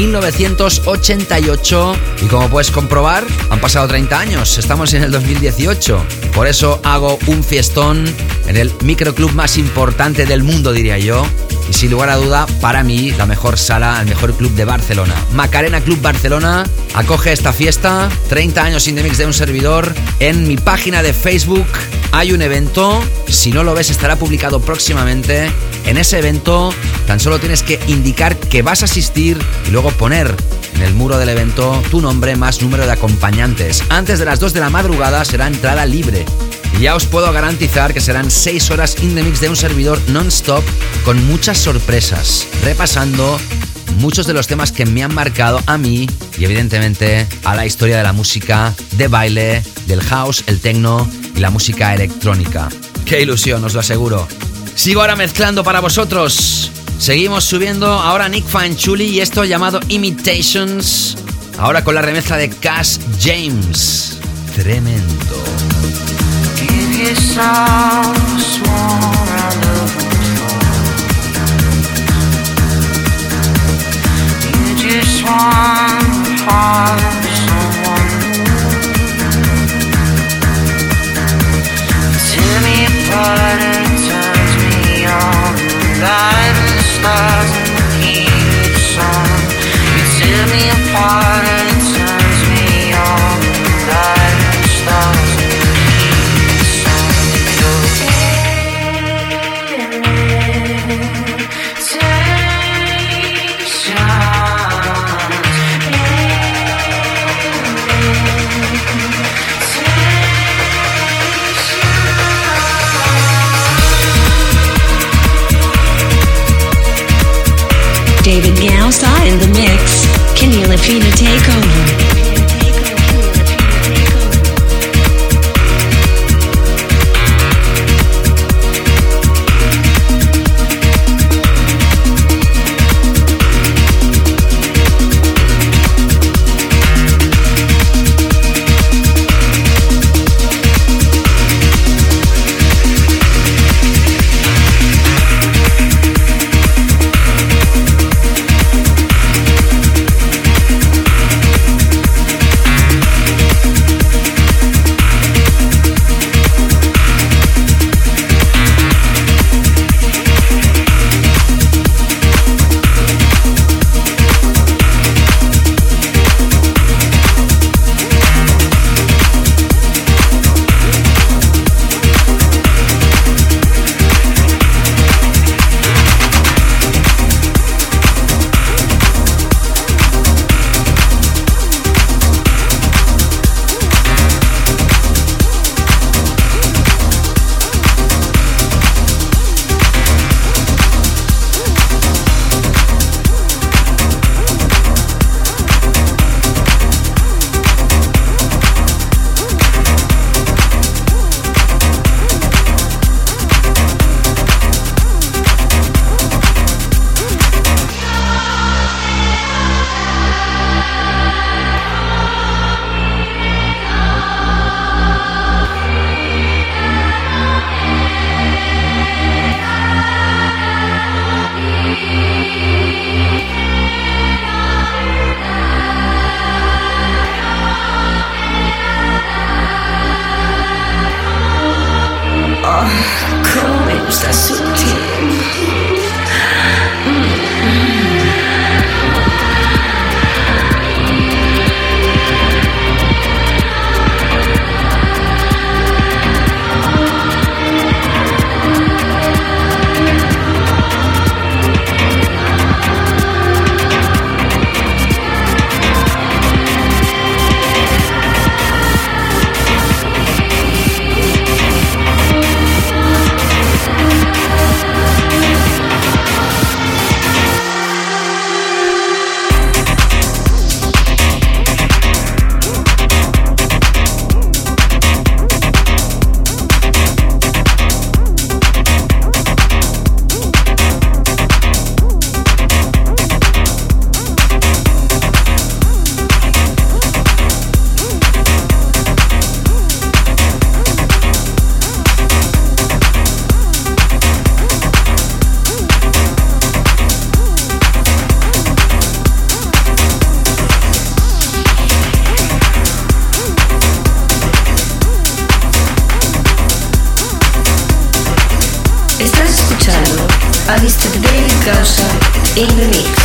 1988, y como puedes comprobar, han pasado 30 años, estamos en el 2018. Por eso hago un fiestón en el microclub más importante del mundo, diría yo, y sin lugar a duda, para mí, la mejor sala, el mejor club de Barcelona. Macarena Club Barcelona acoge esta fiesta, 30 años in the mix de un servidor. En mi página de Facebook hay un evento, si no lo ves estará publicado próximamente. En ese evento tan solo tienes que indicar que vas a asistir y luego poner en el muro del evento tu nombre más número de acompañantes. Antes de las 2 de la madrugada será entrada libre. Y ya os puedo garantizar que serán 6 horas in the mix de un servidor non-stop con muchas sorpresas, repasando muchos de los temas que me han marcado a mí y evidentemente a la historia de la música de baile, del house, el techno y la música electrónica. ¡Qué ilusión, os lo aseguro! Sigo ahora mezclando para vosotros. Seguimos subiendo ahora Nick Fanciulli y esto llamado Imitations, ahora con la remezcla de Cass James. Tremendo. Give yourself what I love before. You just want to have someone new. Tear me apart and turns me on. Light the stars and the heated sun. You tear me apart and turns me on. Light the stars. David Gausa in the mix. Canela Fina Takeover. cómo me gusta Sutil. Mr. David Gausa in the mix.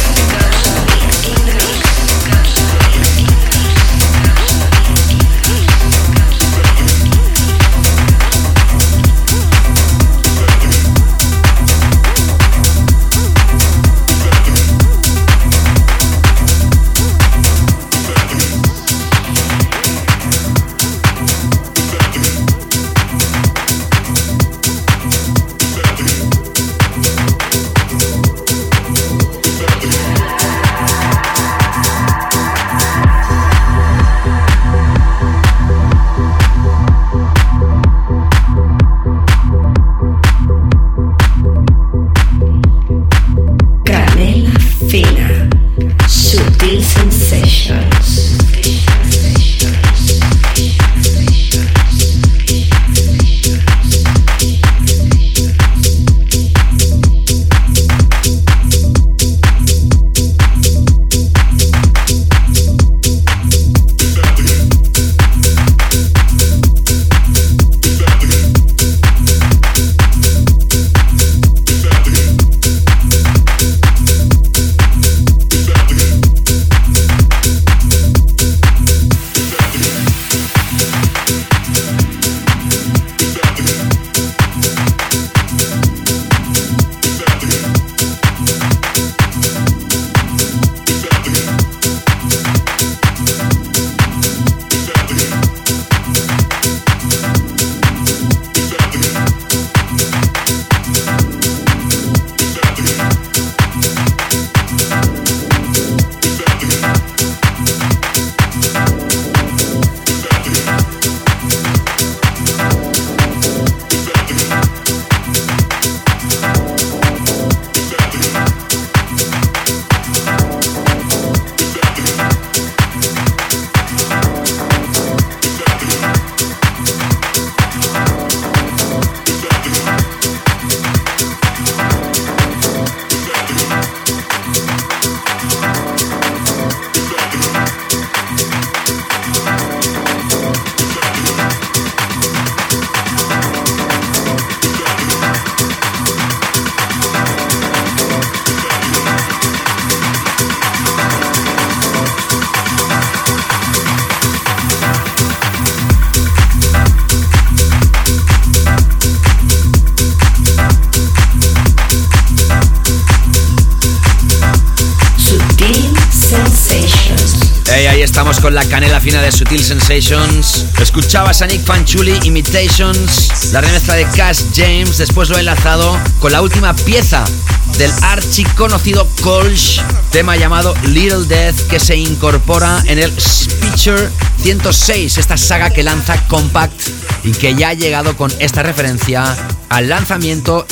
Ahí estamos con la canela fina de Sutil Sensations. Escuchabas a Nick Fanciulli, Imitations, la remezcla de Cash James. Después lo he enlazado con la última pieza del archiconocido Kolsch, tema llamado Little Death, que se incorpora en el Spitzer 106, esta saga que lanza Compact y que ya ha llegado con esta referencia al lanzamiento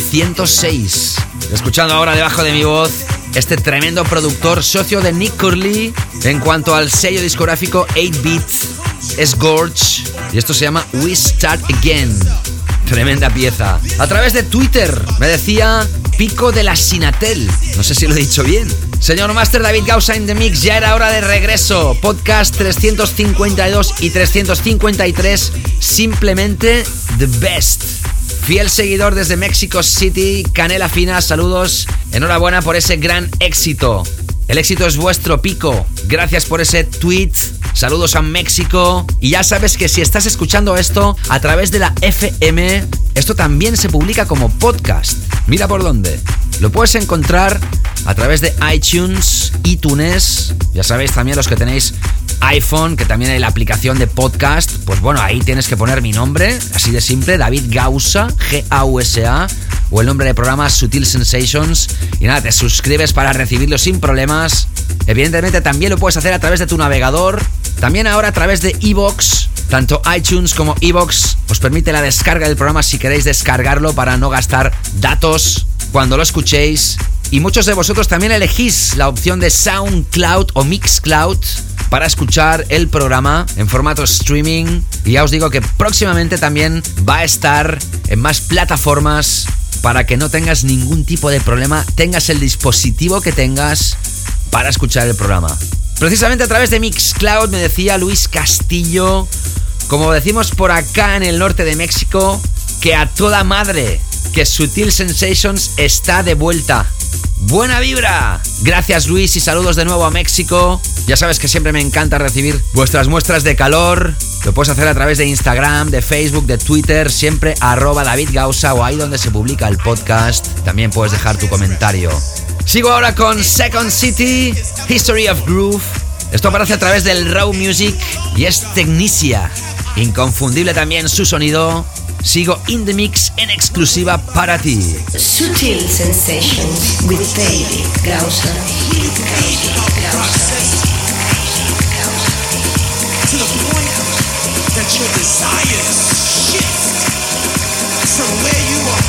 106. Escuchando ahora debajo de mi voz este tremendo productor, socio de Nick Curley en cuanto al sello discográfico 8-Bit, es Gorge, y esto se llama We Start Again. Tremenda pieza. A través de Twitter me decía Pico de la Sinatel, no sé si lo he dicho bien. Señor Master David Gausa in the Mix, ya era hora de regreso. Podcast 352 y 353, simplemente the best. Fiel seguidor desde Mexico City, Canela Fina, saludos. Enhorabuena por ese gran éxito. El éxito es vuestro, Pico. Gracias por ese tweet. Saludos a México. Y ya sabes que si estás escuchando esto a través de la FM, esto también se publica como podcast. Mira por dónde. Lo puedes encontrar a través de iTunes, iTunes. Ya sabéis también los que tenéis iPhone, que también hay la aplicación de podcast. Pues bueno, ahí tienes que poner mi nombre, así de simple, David Gausa, Gausa, o el nombre del programa Sutil Sensations. Y nada, te suscribes para recibirlo sin problemas. Evidentemente también lo puedes hacer a través de tu navegador. También ahora a través de iVoox. Tanto iTunes como iVoox os permite la descarga del programa si queréis descargarlo para no gastar datos cuando lo escuchéis. Y muchos de vosotros también elegís la opción de SoundCloud o Mixcloud para escuchar el programa en formato streaming. Y ya os digo que próximamente también va a estar en más plataformas para que no tengas ningún tipo de problema, tengas el dispositivo que tengas para escuchar el programa. Precisamente a través de Mixcloud me decía Luis Castillo, como decimos por acá en el norte de México, que a toda madre, que Sutil Sensations está de vuelta. ¡Buena vibra! Gracias, Luis, y saludos de nuevo a México. Ya sabes que siempre me encanta recibir vuestras muestras de calor. Lo puedes hacer a través de Instagram, de Facebook, de Twitter, siempre @David Gausa o ahí donde se publica el podcast. También puedes dejar tu comentario. Sigo ahora con Second City, History of Groove. Esto aparece a través del Raw Music y es Technicia. Inconfundible también su sonido. Sigo in the mix en exclusiva para ti. Sutil Sensations with David Gausa. To the point that your desires shift from where you are.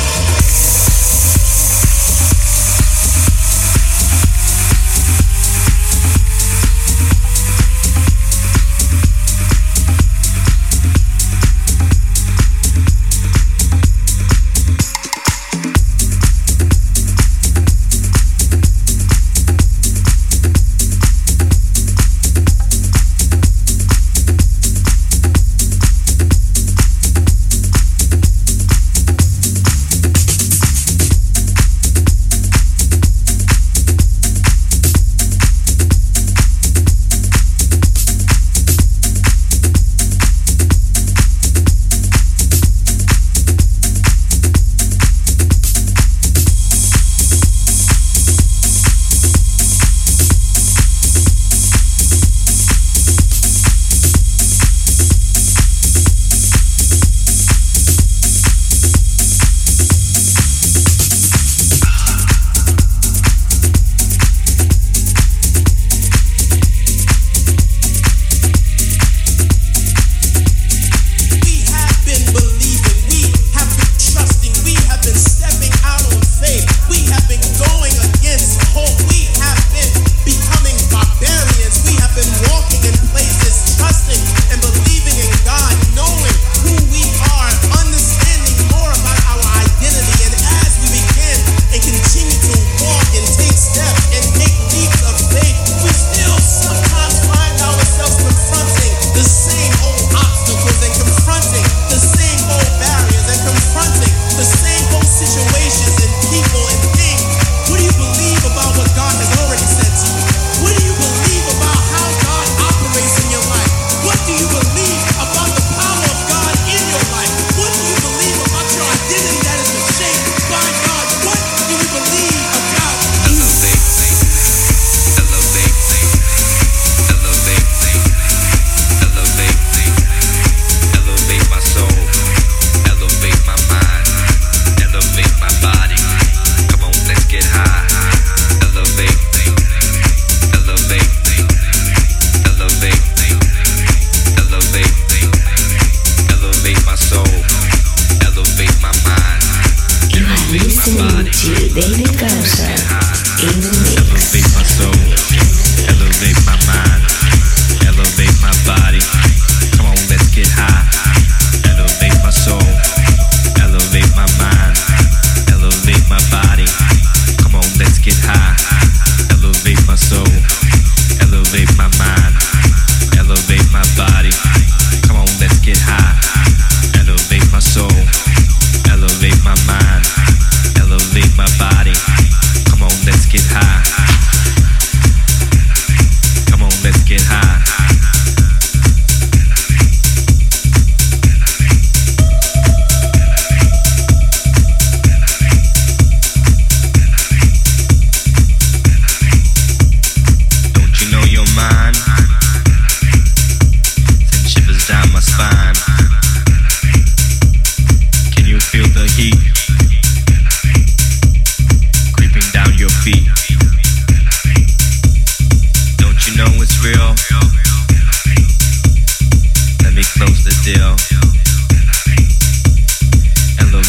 Elevate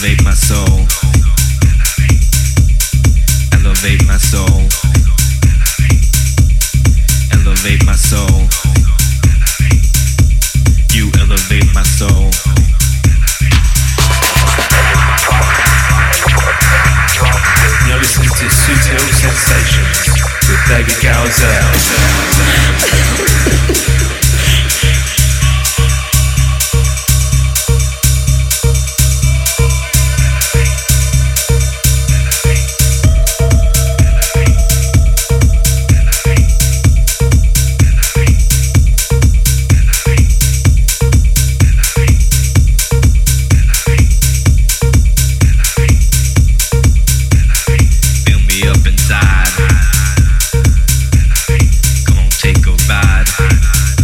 Elevate my soul. Elevate my soul. Elevate my soul. You elevate my soul. You're listening to Sutil Sensations with David Galzel. Come on, take a ride.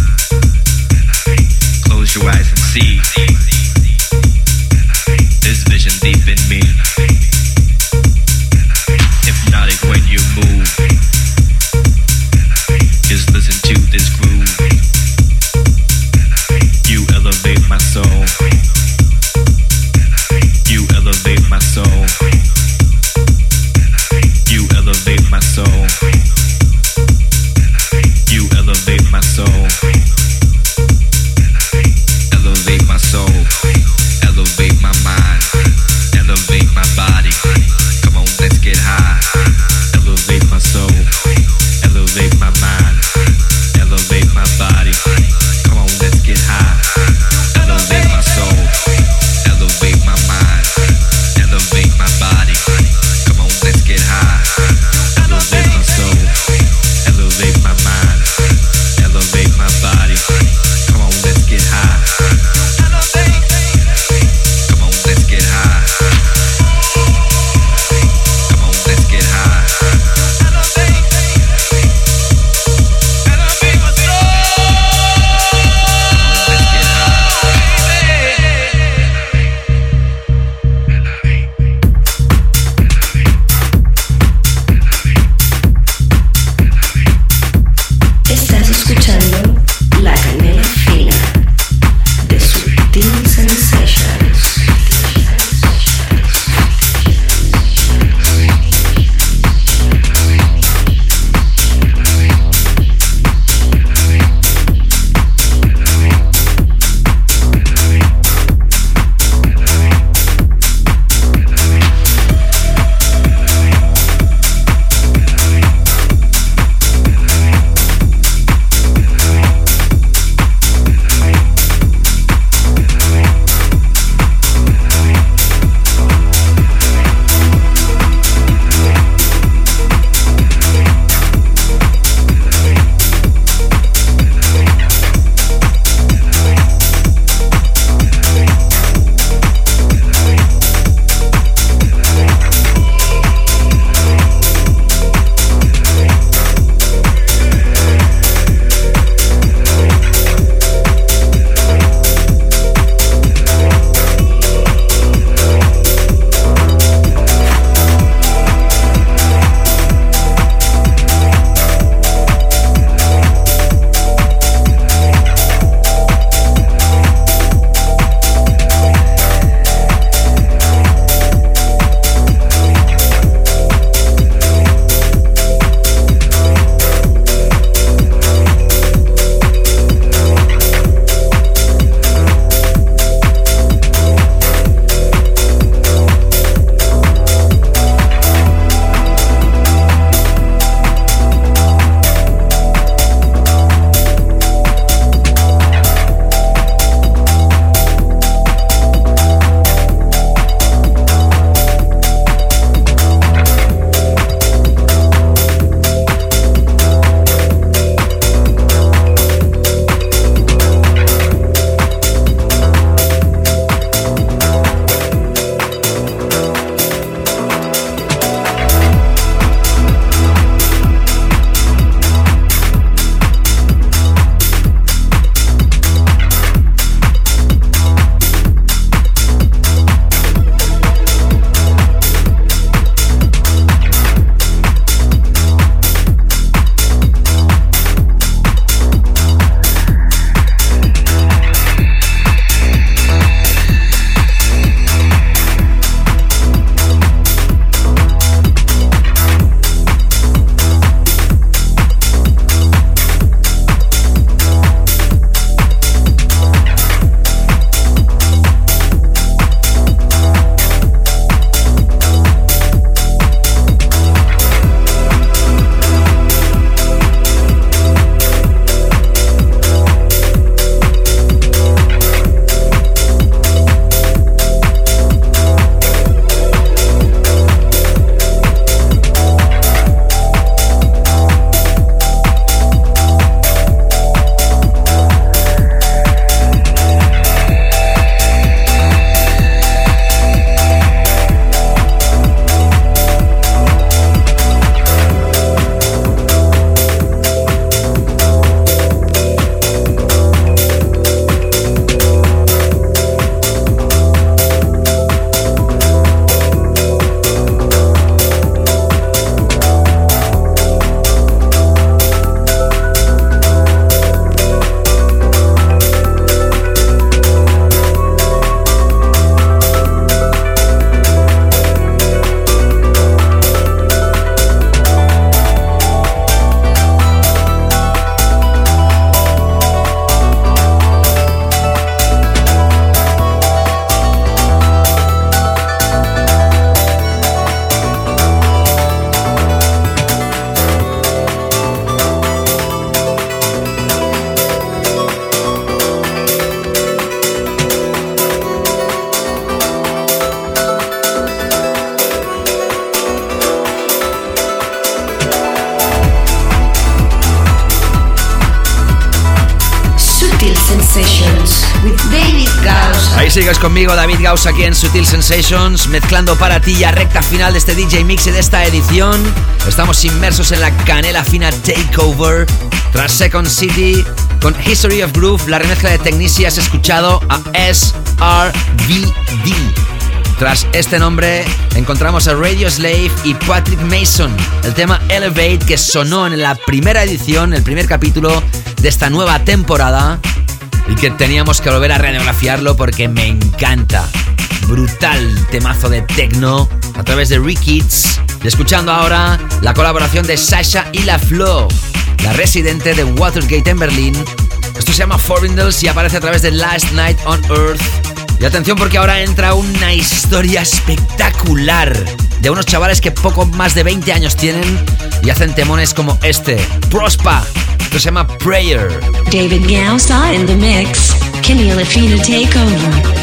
conmigo, David Gausa, aquí en Sutil Sensations, mezclando para ti ya recta final de este DJ Mix y de esta edición. Estamos inmersos en la canela fina Takeover. Tras Second City, con History of Groove, la remezcla de Technici, has escuchado a SRVD. Tras este nombre, encontramos a Radio Slave y Patrick Mason, el tema Elevate, que sonó en la primera edición, el primer capítulo de esta nueva temporada, y que teníamos que volver a radiografiarlo porque me encanta. Brutal temazo de techno a través de Rikids. Y escuchando ahora la colaboración de Sasha y La Flo, la residente de Watergate en Berlín. Esto se llama Foreigners y aparece a través de Last Night on Earth. Y atención, porque ahora entra una historia espectacular de unos chavales que poco más de 20 años tienen y hacen temones como este, Prospa. Esto se llama Prayer. David Gausa in the mix. Canela Fina Takeover.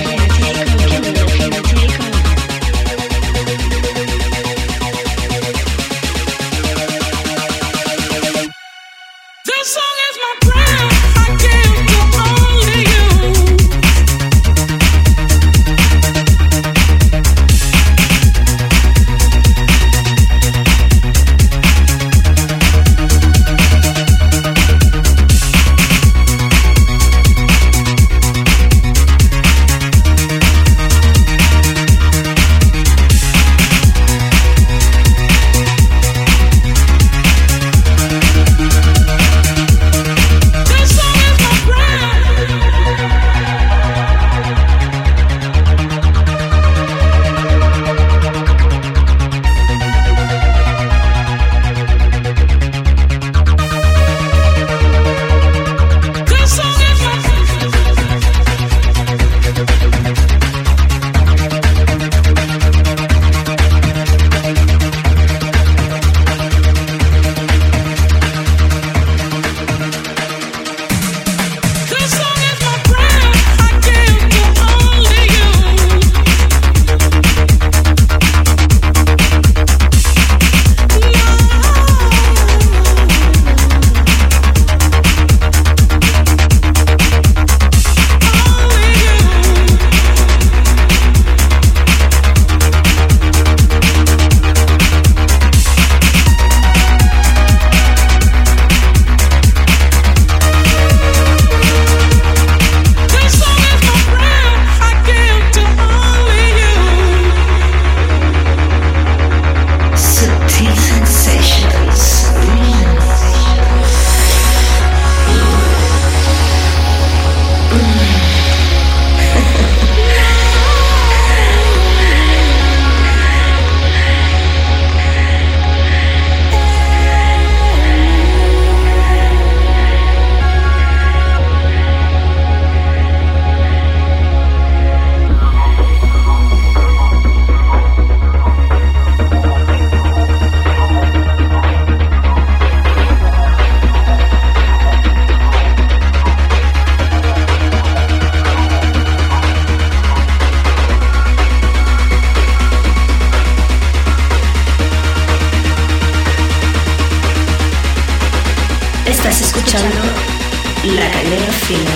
La canela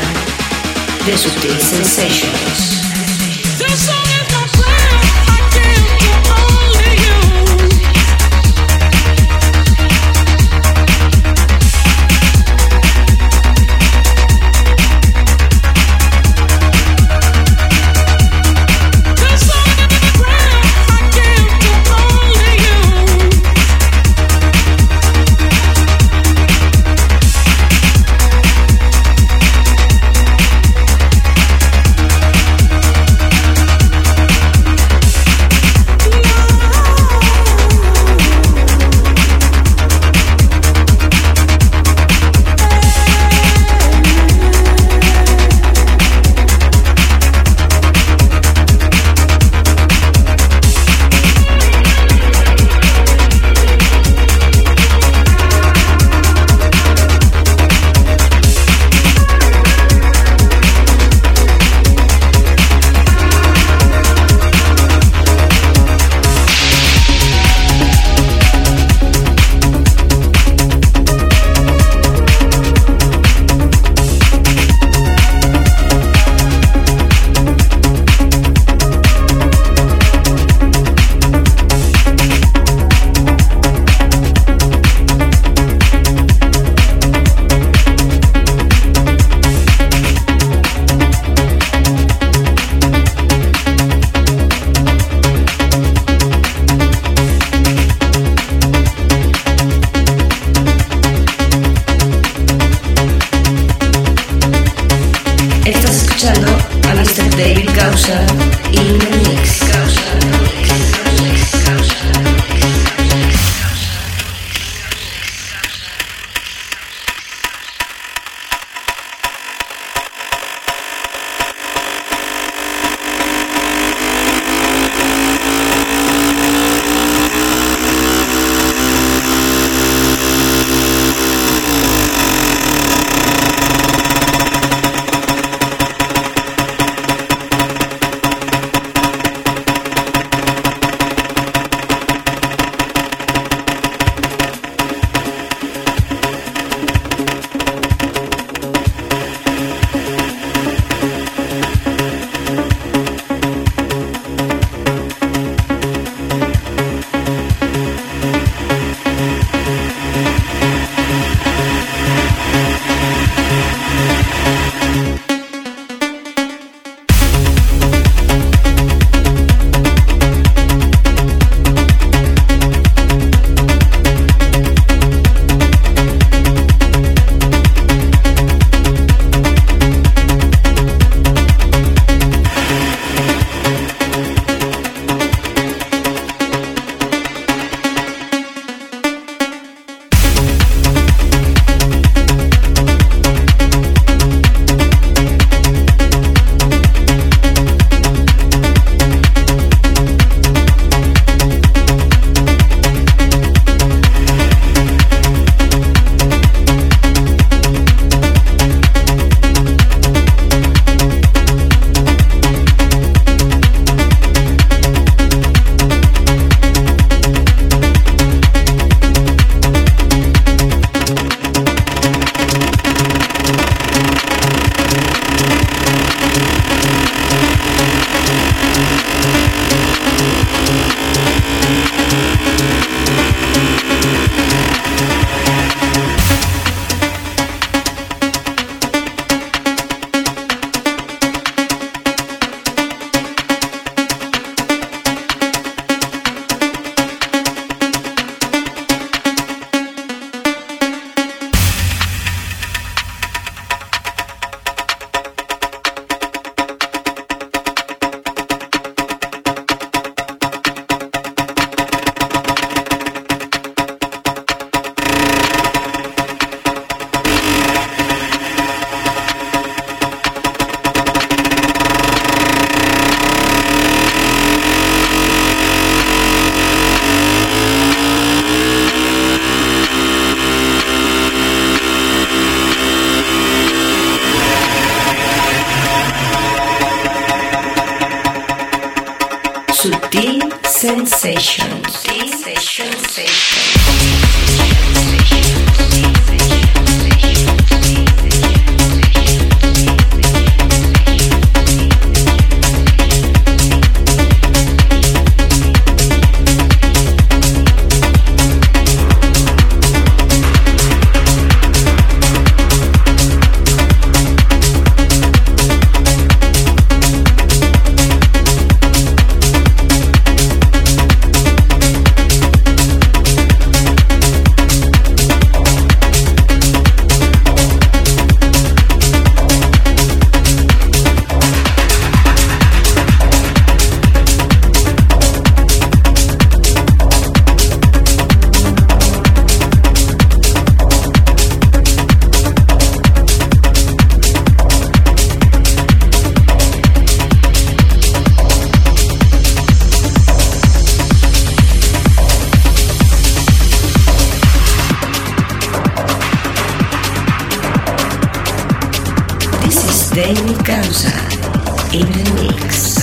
fina de Sutil Sensations. Sutil Sensations. David Gausa in the mix.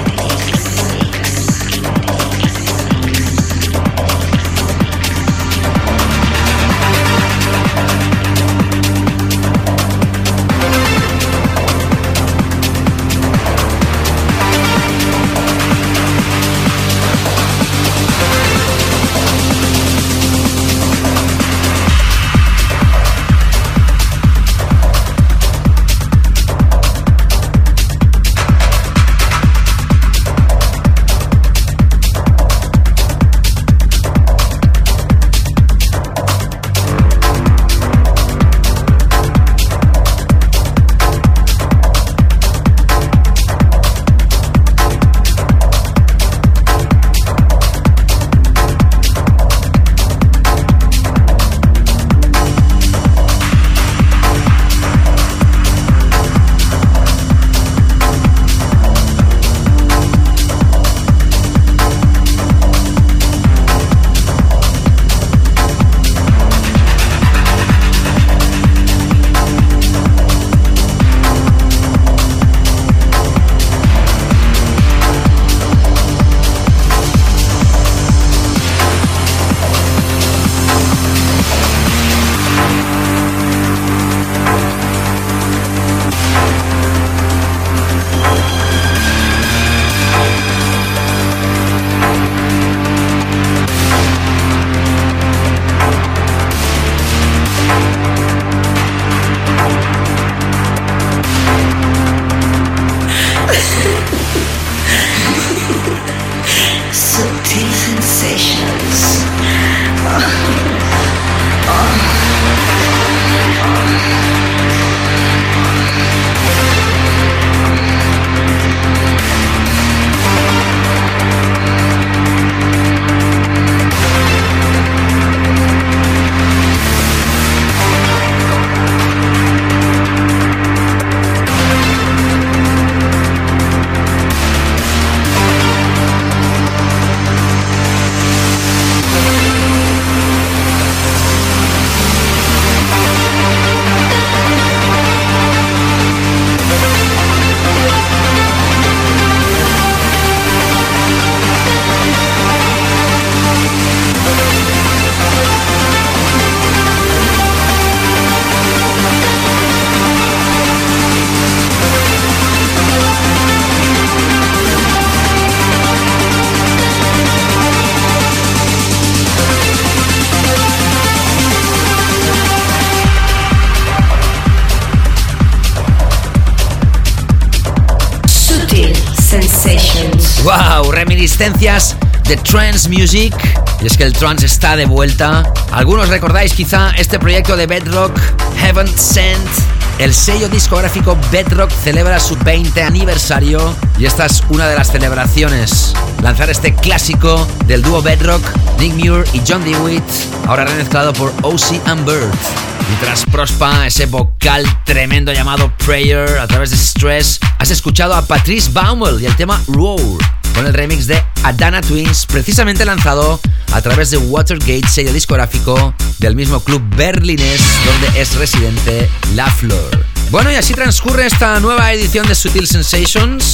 Wow, reminiscencias de trance music. Y es que el trance está de vuelta. Algunos recordáis quizá este proyecto de Bedrock, Heaven Sent. El sello discográfico Bedrock celebra su 20 aniversario y esta es una de las celebraciones. Lanzar este clásico del dúo Bedrock, Nick Muir y John DeWitt, ahora remezclado por Ozzy and Bird. Mientras prospa ese vocal tremendo llamado Prayer a través de Stress, has escuchado a Patrice Baumel y el tema Roar, con el remix de Adana Twins, precisamente lanzado a través de Watergate, sello discográfico del mismo club berlinés donde es residente La Flor. Bueno, y así transcurre esta nueva edición de Sutil Sensations.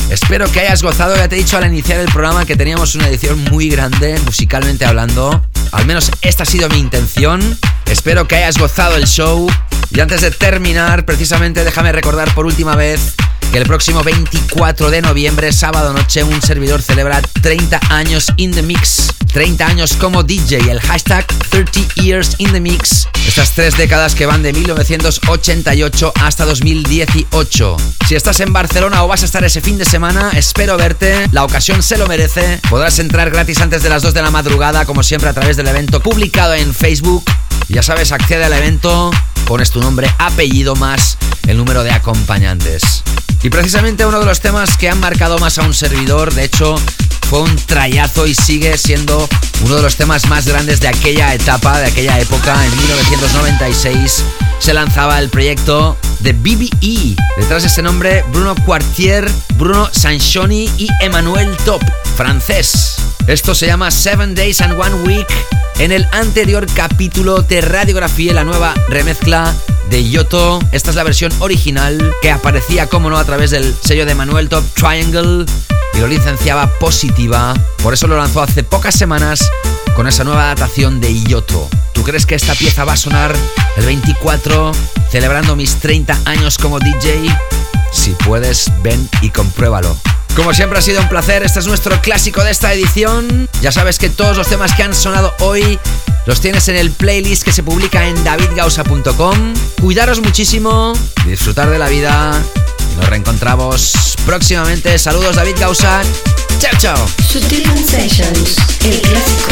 Espero que hayas gozado. Ya te he dicho al iniciar el programa que teníamos una edición muy grande, musicalmente hablando. Al menos esta ha sido mi intención. Espero que hayas gozado el show. Y antes de terminar, precisamente déjame recordar por última vez que el próximo 24 de noviembre, sábado noche, un servidor celebra 30 años in the mix. 30 años como DJ, el hashtag 30 years in the mix. Estas 3 décadas que van de 1988 hasta 2018. Si estás en Barcelona o vas a estar ese fin de semana, espero verte. La ocasión se lo merece. Podrás entrar gratis antes de las 2 de la madrugada, como siempre, a través del evento publicado en Facebook. Ya sabes, accede al evento, pones tu nombre, apellido más el número de acompañantes. Y precisamente uno de los temas que han marcado más a un servidor, de hecho, fue un trayazo y sigue siendo uno de los temas más grandes de aquella etapa, de aquella época. En 1996 se lanzaba el proyecto de BBE. Detrás de ese nombre, Bruno Quartier, Bruno Sanchoni y Emmanuel Top, francés. Esto se llama 7 Days and 1 Week. En el anterior capítulo te radiografié la nueva remezcla de Yotto. Esta es la versión original que aparecía, como no, a través del sello de Emmanuel Top, Triangle, y lo licenciaba Positiva. Por eso lo lanzó hace pocas semanas con esa nueva adaptación de Yotto. ¿Tú crees que esta pieza va a sonar el 24, celebrando mis 30 años como DJ? Si puedes, ven y compruébalo. Como siempre ha sido un placer, este es nuestro clásico de esta edición. Ya sabes que todos los temas que han sonado hoy los tienes en el playlist que se publica en davidgausa.com. Cuidaros muchísimo, disfrutar de la vida y nos reencontramos próximamente. Saludos, David Gausa. Chao, chao. Sutil Sensations, el clásico.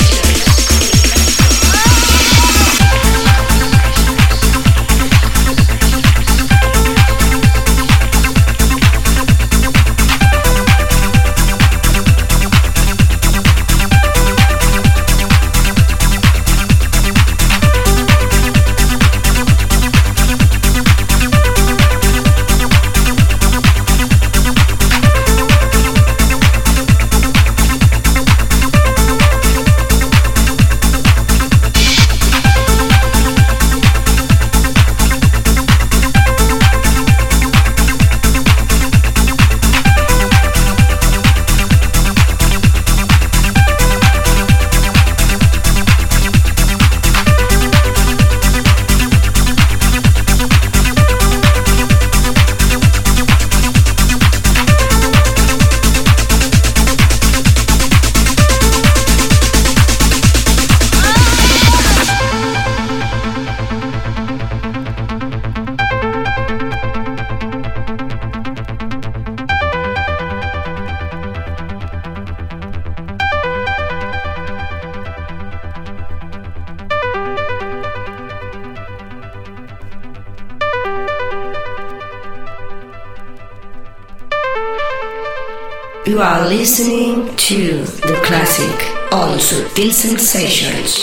You are listening to the classic on Sutil Sensations.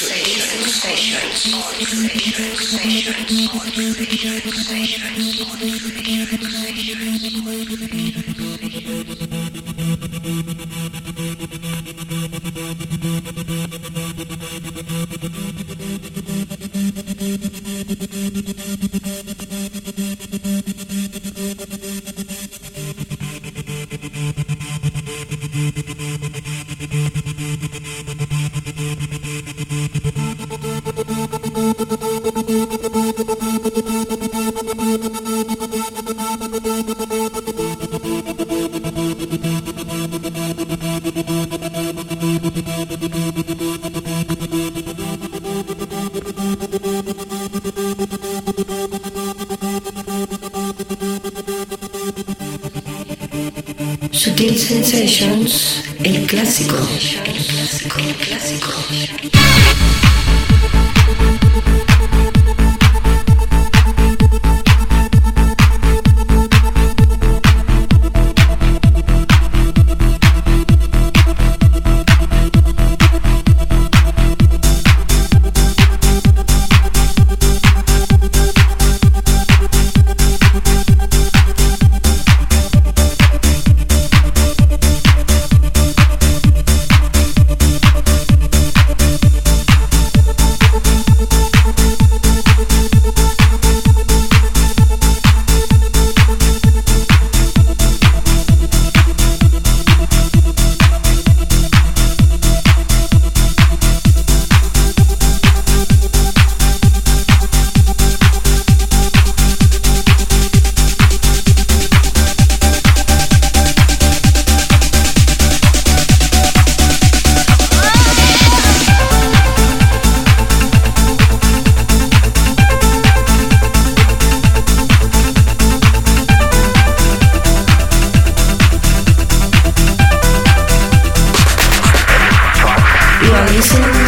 Sutil Sensations, el clásico. El clásico.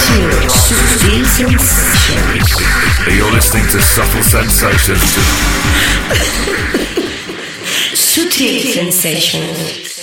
Subtle Sensations. You're listening to Subtle Sensations. Subtle Sensations.